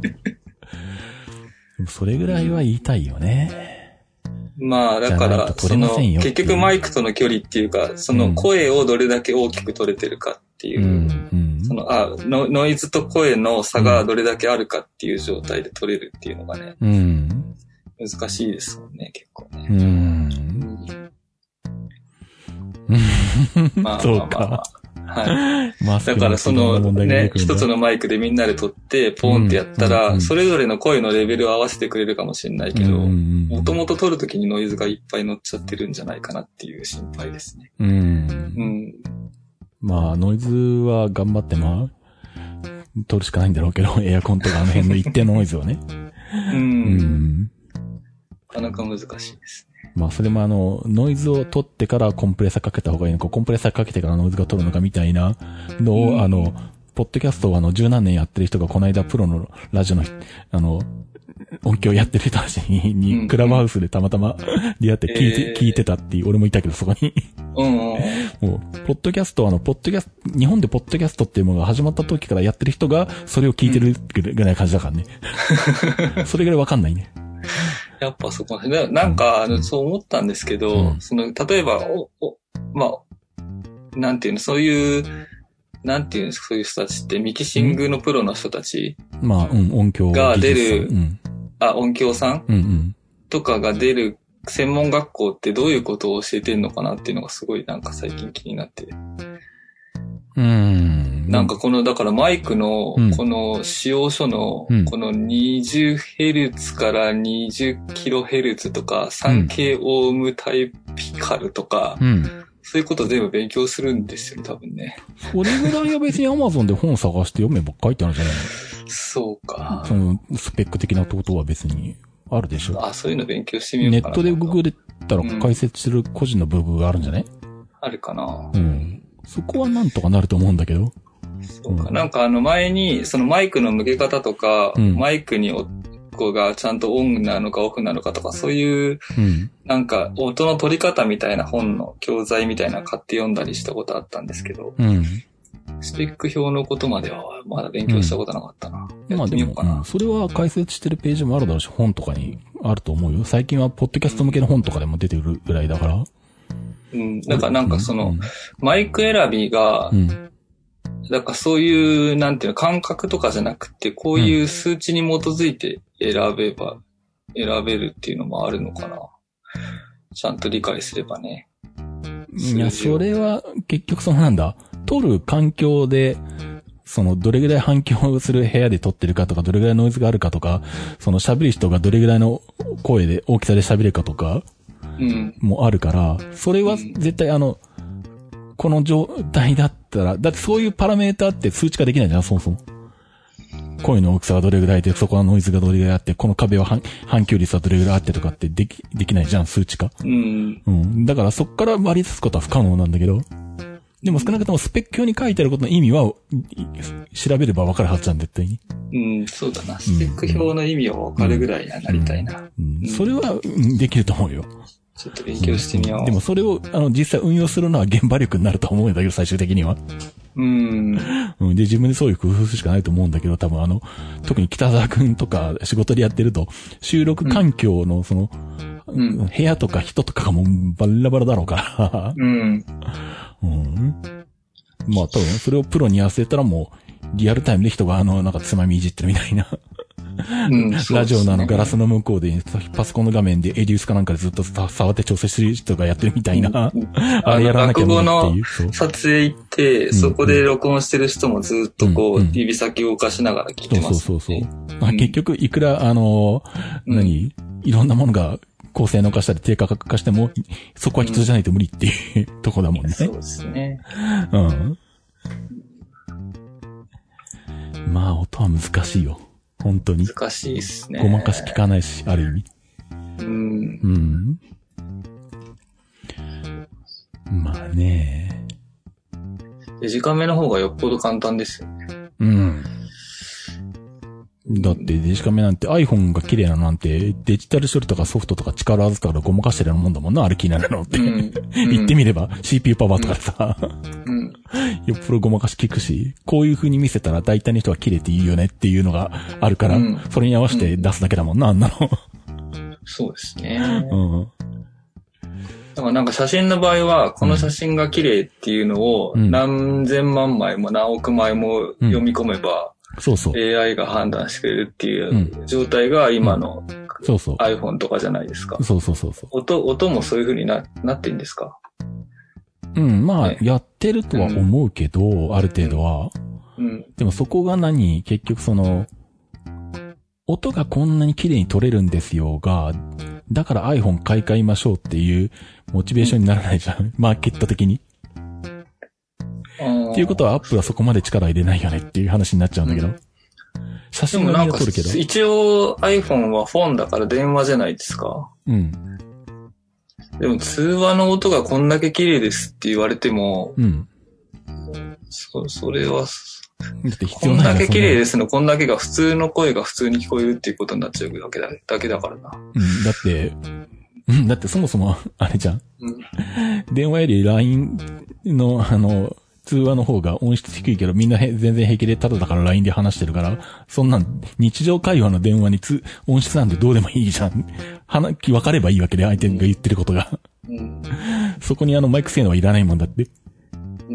それぐらいは言いたいよね。 まあ、だから、その、結局マイクとの距離っていうか、その声をどれだけ大きく取れてるかっていう、 うんうん、 その、あノ、ノイズと声の差がどれだけあるかっていう状態で取れるっていうのがね、 うん、 難しいですもんね、結構ね。 うんまあ、 そうか。 はい。だからそのね、一つのマイクでみんなで撮ってポンってやったら、それぞれの声のレベルを合わせてくれるかもしれないけど、もともと撮るときにノイズがいっぱい乗っちゃってるんじゃないかなっていう心配ですね。 うん。 うん。 まあ、ノイズは頑張ってまあ、撮るしかないんだろうけど、エアコンとかあの辺の一定のノイズをね。 うん。うん。なかなか難しいですね。 まあそれもあの、ノイズを取ってからコンプレッサーかけた方がいいのか、コンプレッサーかけてからノイズが取るのかみたいなのを、うん、あの、ポッドキャストをあの、十何年やってる人がこの間プロのラジオの、あの、音響やってる人たちに、うん、クラブハウスでたまたま出会って聞いて、えー、聞いてたっていう、俺もいたけどそこにうん。 もう、ポッドキャストはあの、ポッドキャスト、日本でポッドキャストっていうものが始まった時からやってる人がそれを聞いてるぐらいな感じだからね。うん、それぐらいわかんないね。 やっぱそこ、な, なんか、うん、そう思ったんですけど、うん、その、例えば、お、お、まあ、なんていうの、そういう、なんていうんですか、そういう人たちって、ミキシングのプロの人たち、 うん、まあ、うん、音響が出る、 うん、 あ、音響さん、 うんうん、 とかが出る専門学校ってどういうことを教えてんのかなっていうのがすごいなんか最近気になって。 うん。 なんかこの、だからマイクの、この使用書の、この にじゅうヘルツ から にじゅっキロヘルツ とか、さんケー オームタイピカルとか、 うん、 そういうことを全部勉強するんですよ、多分ね。 それぐらいは別に Amazon で本探して読めば書いてあるんじゃないの？ そうか。 そのスペック的なことは別にあるでしょ。 あ、そういうの勉強してみようかな。 ネットでググったら解説してる個人のブログがあるんじゃない？うん、 あるかな。 うん。そこはなんとかなると思うんだけど。 そうか。うん、なんかあの前に、そのマイクの向け方とか、うん、マイクにこがちゃんとオンなのかオフなのかとか、そういう、うん、なんか音の取り方みたいな本の教材みたいなの買って読んだりしたことあったんですけど、うん、スペック表のことまではまだ勉強したことなかったな。うん、やってみようかな。まあでも、うん、 それは解説してるページもあるだろうし、本とかにあると思うよ。最近はポッドキャスト向けの本とかでも出てるぐらいだから。 うん。だからなんかその、うん、マイク選びが、うん、だからそういう、なんていうの、感覚とかじゃなくて、こういう数値に基づいて選べば、選べるっていうのもあるのかな。ちゃんと理解すればね。 いや、それは結局そのなんだ、撮る環境で、そのどれぐらい反響する部屋で撮ってるかとか、どれぐらいノイズがあるかとか、その喋る人がどれぐらいの声で、大きさで喋るかとか、うん。もあるから、それは絶対あの、この状態だったら、だってそういうパラメーターって数値化できないじゃん、そもそも。声の大きさがどれぐらいで、そこはノイズがどれぐらいあって、この壁は反反響率はどれぐらいあってとかってでき、できないじゃん、数値化。うん。うん。だからそっから割り出すことは不可能なんだけど、でも少なくともスペック表に書いてあることの意味は、調べれば分かるはずじゃん、絶対に。 うん、そうだな。スペック表の意味を分かるぐらいにはなりたいな。うん。 うんうん、それは、できると思うよ。 ちょっと勉強してみよう。 うん、でもそれを、あの、実際運用するのは現場力になると思うんだけど、最終的には。うん。うん。で、自分でそういう工夫するしかないと思うんだけど、多分あの、特に北沢くんとか仕事でやってると、収録環境のその、うん、部屋とか人とかがもうバラバラだろうから。うん。うん。まあ多分それをプロに合わせたらもう、リアルタイムで人があの、なんかつまみいじってるみたいな。うん、ラジオのあのガラスの向こうでパソコンの画面でエデュースかなんかでずっと触って調整する人がやってるみたいな、うん、あれやらなきゃなっていう。 落語の撮影行って、うん、そこで録音してる人もずっとこう、うん、指先動かしながら聞いてます、ね。そうそうそうそう、 うん。結局いくらあの、うん、何いろんなものが高性能化したり低価格化しても、そこは必要じゃないと無理っていう、うん、とこだもんね。 そうですね。 うん。まあ音は難しいよ。本当に。 難しいっすね。 ごまかし聞かないし、ある意味。うん。うん。まあね。 デジカメの方がよっぽど簡単ですよね。 うん。だってデジカメなんて iPhone が綺麗ななんてデジタル処理とかソフトとか力預からごまかしてるようなもんだもんな、あれ気になるのって。うん、言ってみれば シーピーユー パワーとかさ、うん、よっぽどごまかし効くし、こういう風に見せたら大体の人は綺麗って言うよねっていうのがあるから、うん、それに合わせて出すだけだもんな、あんなの。 そうですね。うん。だからなんか写真の場合は、この写真が綺麗っていうのを何千万枚も何億枚も読み込めば、そうそう。エーアイ が判断してくれるっていう状態が今の iPhone とかじゃないですか。 そうそうそうそう。 音、音もそういう風にな、なってんですか？ うん、まあ、ね、やってるとは思うけど、うん、ある程度は。うん。でもそこが何？結局その、音がこんなに綺麗に撮れるんですよが、だから iPhone 買い替えましょうっていうモチベーションにならないじゃん。うん、マーケット的に。っていうことはアップルはそこまで力入れないよねっていう話になっちゃうんだけど。うん、写真は撮るけど。 一応 iPhone はフォンだから電話じゃないですか。うん。でも通話の音がこんだけ綺麗ですって言われても、うん。そ、それは、だって必要ないこんだけ綺麗ですの、こんだけが普通の声が普通に聞こえるっていうことになっちゃうだけだ、だけだからな。 うん。だって、うん、だってそもそも、あれじゃん。うん。電話より ライン の、あの、通話の方が音質低いけどみんなへ全然平気でただだから ライン で話してるから、そんなん日常会話の電話につ音質なんてどうでもいいじゃん。話、分かればいいわけで相手が言ってることが。うん、そこにあのマイク性能はいらないもんだって。うん。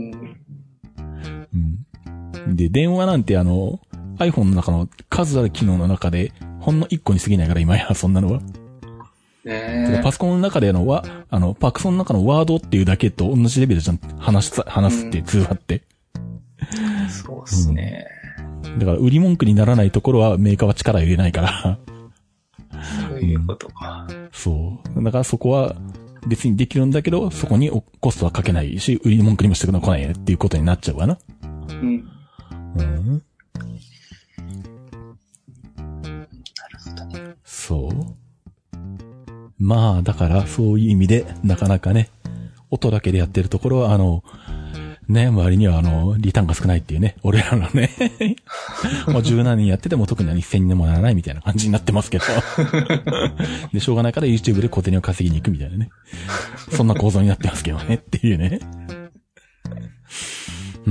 うん。で、電話なんてあの iPhone の中の数ある機能の中でほんのいっこに過ぎないから今やそんなのは。ね、パソコンの中でのは、あの、パソコンの中のワードっていうだけと同じレベルじゃん。話す、話すって、うん、通話って。 そうっすね、 うん。だから、売り文句にならないところはメーカーは力入れないから。 そういうことか、 うん。そう。だからそこは別にできるんだけど、そこにコストはかけないし、売り文句にもしてくの来ないねっていうことになっちゃうわな。うん。うん。なるほどね。そう。 まあ、だからそういう意味で、なかなかね、音だけでやってるところは、あの、ね、周りにはあの、リターンが少ないっていうね、俺らのね、もう十何人やってても特に一銭にもならないみたいな感じになってますけど。で、しょうがないから YouTube で小銭を稼ぎに行くみたいなね。そんな構造になってますけどね、っていうね。うん。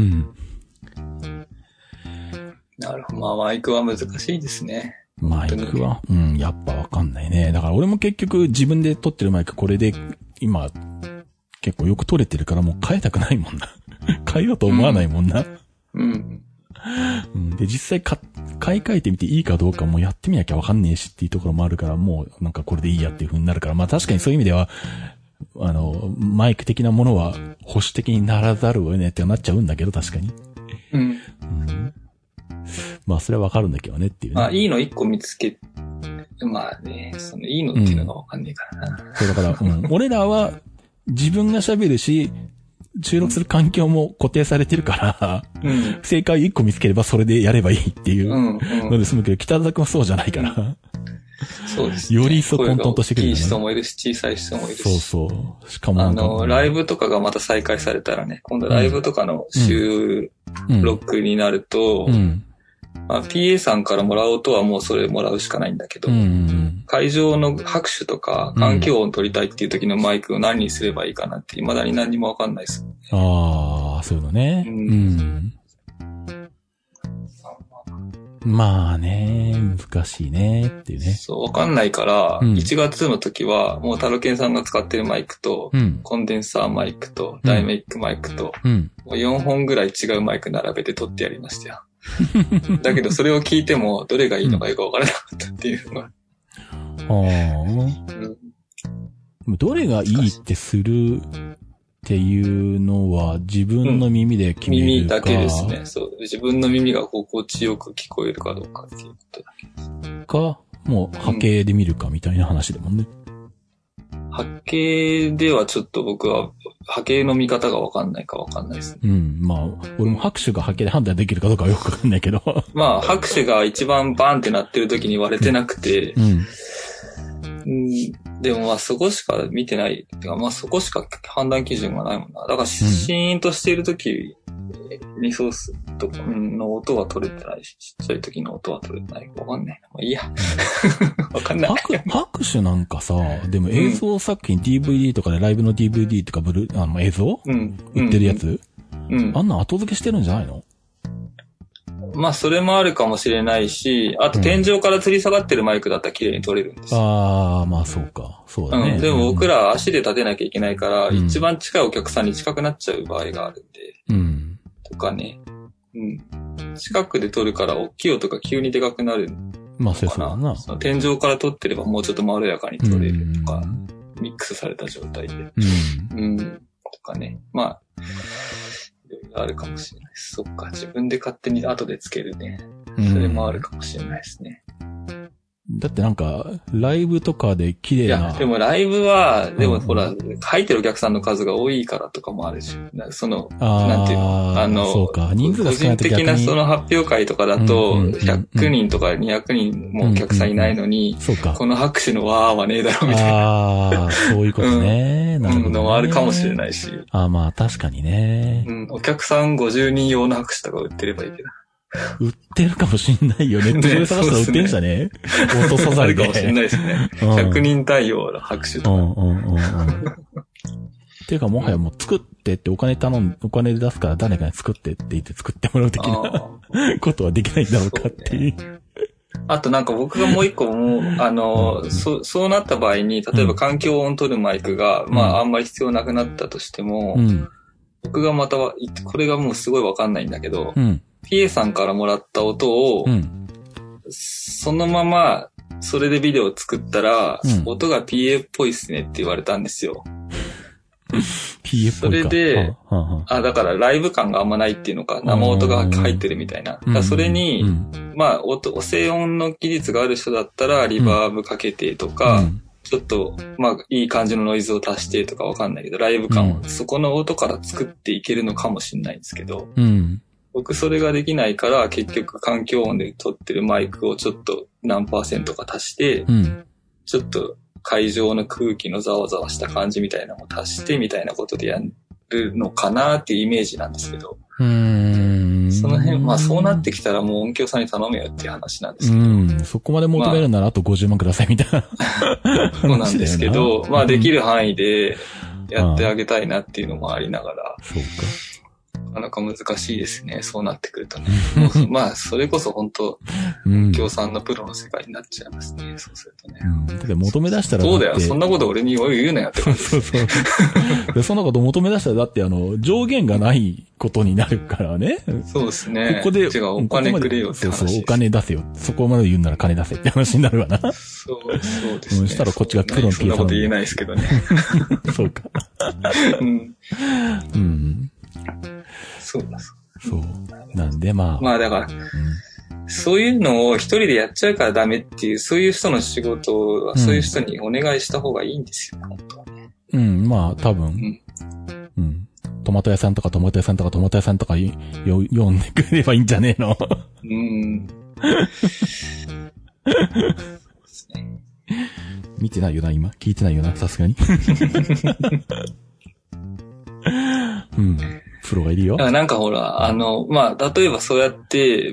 なるほど。まあ、マイクは難しいですね。 マイクは、うん、やっぱわかんないね。だから俺も結局自分で撮ってるマイクこれで、今、結構よく撮れてるからもう変えたくないもんな。変えようと思わないもんな。うん。うん、で、実際か、買い替えてみていいかどうかもやってみなきゃわかんねえしっていうところもあるから、もうなんかこれでいいやっていう風になるから、まあ確かにそういう意味では、あの、マイク的なものは保守的にならざるを得ないってなっちゃうんだけど、確かに。うん。うん、まあそれはわかるんだけどねっていうね。 まあいいの一個見つけ、まあね、そのいいのっていうのがわかんないからな。 うん、そうだから、うん、俺らは自分が喋るし、収録する環境も固定されてるから、うん、正解を一個見つければそれでやればいいっていうので済むけど、北田君はそうじゃないから。うん、 そうですね。 より一層混沌としてくる、ね。 大きい人もいるし、小さい人もいるし。 そうそう。しかもあの、ライブとかがまた再開されたらね、今度ライブとかの収録になると、うんうんまあ、ピーエー さんからもらう音はもうそれもらうしかないんだけど、うんうん、会場の拍手とか環境音取りたいっていう時のマイクを何にすればいいかなって未だに何にもわかんないです、ね。 ああ、そういうのね。うん。うん、まあね、難しいねっていうね。 そう、わかんないから、うん、いちがつの時はもうタロケンさんが使ってるマイクと、うん、コンデンサーマイクと、ダイメックマイクと、うん、もうよんほんぐらい違うマイク並べて撮ってやりましたよ。だけどそれを聞いてもどれがいいのかよくわからなかったっていうのが。ああ、 うん。どれがいいってするっていうのは自分の耳で決めるか、うん、 耳だけですね。そう。自分の耳が心地よく聞こえるかどうかっていうことだけです。 か、もう波形で見るかみたいな話でもんね。 波形ではちょっと僕は波形の見方がわかんないかわかんないですね。 うん。まあ、俺も拍手が波形で判断できるかどうかはよくわかんないけど。 まあ、拍手が一番バーンってなってる時に割れてなくて、うん。うん、でもまあそこしか見てない。てかまあそこしか判断基準がないもんな。だからシーンとしている時にソースとかの音は取れてないし、ちっちゃい時の音は取れてない。わかんない。まあいいや。わかんない。 拍手なんかさ、でも映像作品、うん、ディーブイディー とかでライブの ディーブイディー とかブルあの映像、うん、売ってるやつ、うん、あんな後付けしてるんじゃないの？ まあ、それもあるかもしれないし、あと天井から吊り下がってるマイクだったら綺麗に撮れるんですよ。 うん、ああ、まあそうか。そうだね。 うん。でも僕ら足で立てなきゃいけないから、うん、一番近いお客さんに近くなっちゃう場合があるんで。うん。とかね。うん。近くで撮るから大きい音が急にでかくなるのかな。 まあそうだな。 その天井から撮ってればもうちょっとまろやかに撮れるとか、うん、ミックスされた状態で。うん。うん。とかね。まあ、あるかもしれないです。そっか、自分で勝手に後でつけるね。それもあるかもしれないですね。 だってなんか、ライブとかで綺麗な。いや、でもライブは、でもほら、うん、書いてるお客さんの数が多いからとかもあるし、その、なんていうの、あの、 そうか、人数が少ないと個人的なその発表会とかだと、ひゃくにんとかにひゃくにんもお客さんいないのに、 そうか。 この拍手のわーはねえだろみたいな。 ああ、そういうことね。 うん、なるほど、ね。のもあるかもしれないし。 ああ、まあ確かにね。 うん、お客さんごじゅうにん用の拍手とか売ってればいいけど。 売ってるかもしんないよね。ネットで探したら売ってんじゃね？音素材で。 あるかもしんないですね。ひゃくにん対応の拍手とか。うんうんうんうん。 ていうかもはやもう作ってってお金頼ん、お金で出すから誰かに作ってって言って作ってもらう的なことはできないんだろうかっていう。 あとなんか僕がもう一個も、あの、うん、そ、そうなった場合に、例えば環境音取るマイクが、うん、まああんまり必要なくなったとしても、うん、僕がまたは、これがもうすごいわかんないんだけど、うん、ピーエー さんからもらった音を、うん、そのまま、それでビデオを作ったら、うん、音が ピーエー っぽいっすねって言われたんですよ。 ピーエー っぽいか。 それで、はあはあ、あ、だからライブ感があんまないっていうのか、生音が入ってるみたいな。だそれに、うん、まあ音、静音の技術がある人だったら、リバーブかけてとか、うん、ちょっと、まあ、いい感じのノイズを足してとかわかんないけど、ライブ感を、うん、そこの音から作っていけるのかもしれないんですけど、うん、僕それができないから、結局環境音で撮ってるマイクをちょっと何パーセントか足して、うん、ちょっと会場の空気のざわざわした感じみたいなのを足してみたいなことでやるのかなっていうイメージなんですけど。 うーん。 その辺、まあそうなってきたらもう音響さんに頼めよっていう話なんですけど。 うん。そこまで求めるならあとごじゅうまんくださいみたいな。 そうなんですけど、まあできる範囲でやってあげたいなっていうのもありながら。 そうか。 なかなか難しいですね。そうなってくるとね。まあ、それこそ本当、音響さんのプロの世界になっちゃいますね。そうするとね。 うん。だって求め出したらそうだよ。そんなこと俺に言うなよって感じ。 そうそうそう。そんなこと求め出したらだってあの、上限がないことになるからね。 そうですね。 ここで、 違う、お金くれよって話。 そうそう、お金出せよ。そこまで言うなら金出せって話になるわな。 そう、そうですね。 そしたらこっちがプロの P さん。 そんなこと言えないですけどね。 そうか。 うん。 うん。 そうだそう。 そう。なんでまあ。 まあだから、うん、そういうのを一人でやっちゃうからダメっていう、そういう人の仕事はそういう人にお願いした方がいいんですよ、うん、本当はね。 うん、まあ多分。うん。うん。トマト屋さんとかトマト屋さんとかトマト屋さんとかよ読んでくれればいいんじゃねえの。 うん。 見てないよな、今。聞いてないよな、さすがに。うん。プロがいるよ。 なんかほら、あの、まあ、例えばそうやって、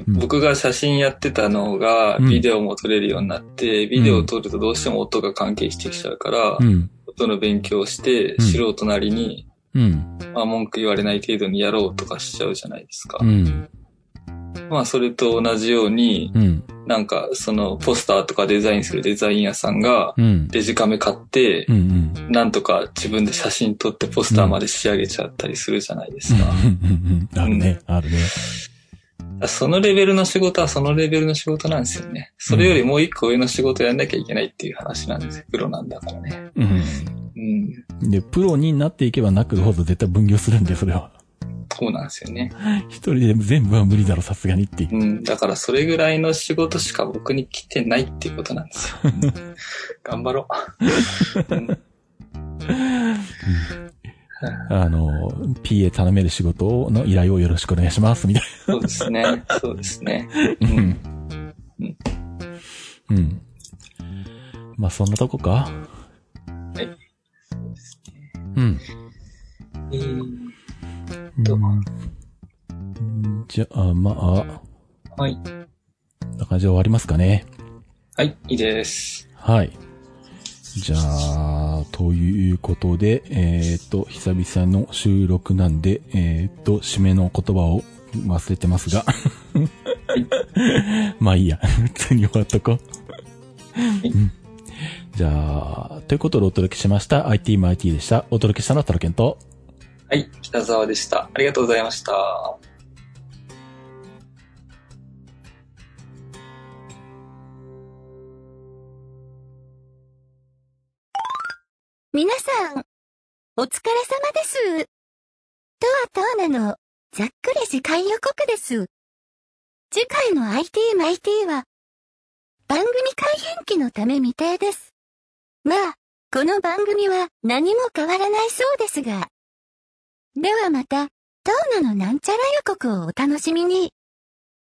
僕が写真やってたのが、ビデオも撮れるようになって、うん、ビデオを撮るとどうしても音が関係してきちゃうから、うん、音の勉強をして、素人なりに、うん、まあ、文句言われない程度にやろうとかしちゃうじゃないですか。うん、まあ、それと同じように、うん、なんか、その、ポスターとかデザインするデザイン屋さんが、デジカメ買って、うんうん、なんとか自分で写真撮ってポスターまで仕上げちゃったりするじゃないですか。 あるね、あるね。 そのレベルの仕事はそのレベルの仕事なんですよね。それよりもう一個上の仕事やんなきゃいけないっていう話なんですよ。プロなんだからね。うん。 うん、で、プロになっていけばなくほど絶対分業するんで、それは。 そうなんですよね。 一人で全部は無理だろ、さすがにっていう。 うん。だからそれぐらいの仕事しか僕に来てないっていうことなんですよ。頑張ろう。うんあの、ピーエー 頼める仕事の依頼をよろしくお願いします、みたいな。そうですね。そうですね。うん。 うん。うん。まあ、そんなとこか。 はい。そうですね。 うん。 えーと。 うん、じゃあ、まあ。 はい。 こんな感じで終わりますかね。 はい、いいです。 はい。じゃあ、ということで、えっと、久々の収録なんで、えっと、締めの言葉を忘れてますが。まあいいや。普通に終わっとこう。うん、じゃあ、ということでお届けしました。アイティー も アイティー でした。お届けしたのはタロケンと。 はい、北沢でした。ありがとうございました。 皆さん、お疲れ様です。とはとうなの、ざっくり次回予告です。次回の アイティー マイティー は、番組改編期のため未定です。まあ、この番組は何も変わらないそうですが。ではまた、とうなのなんちゃら予告をお楽しみに。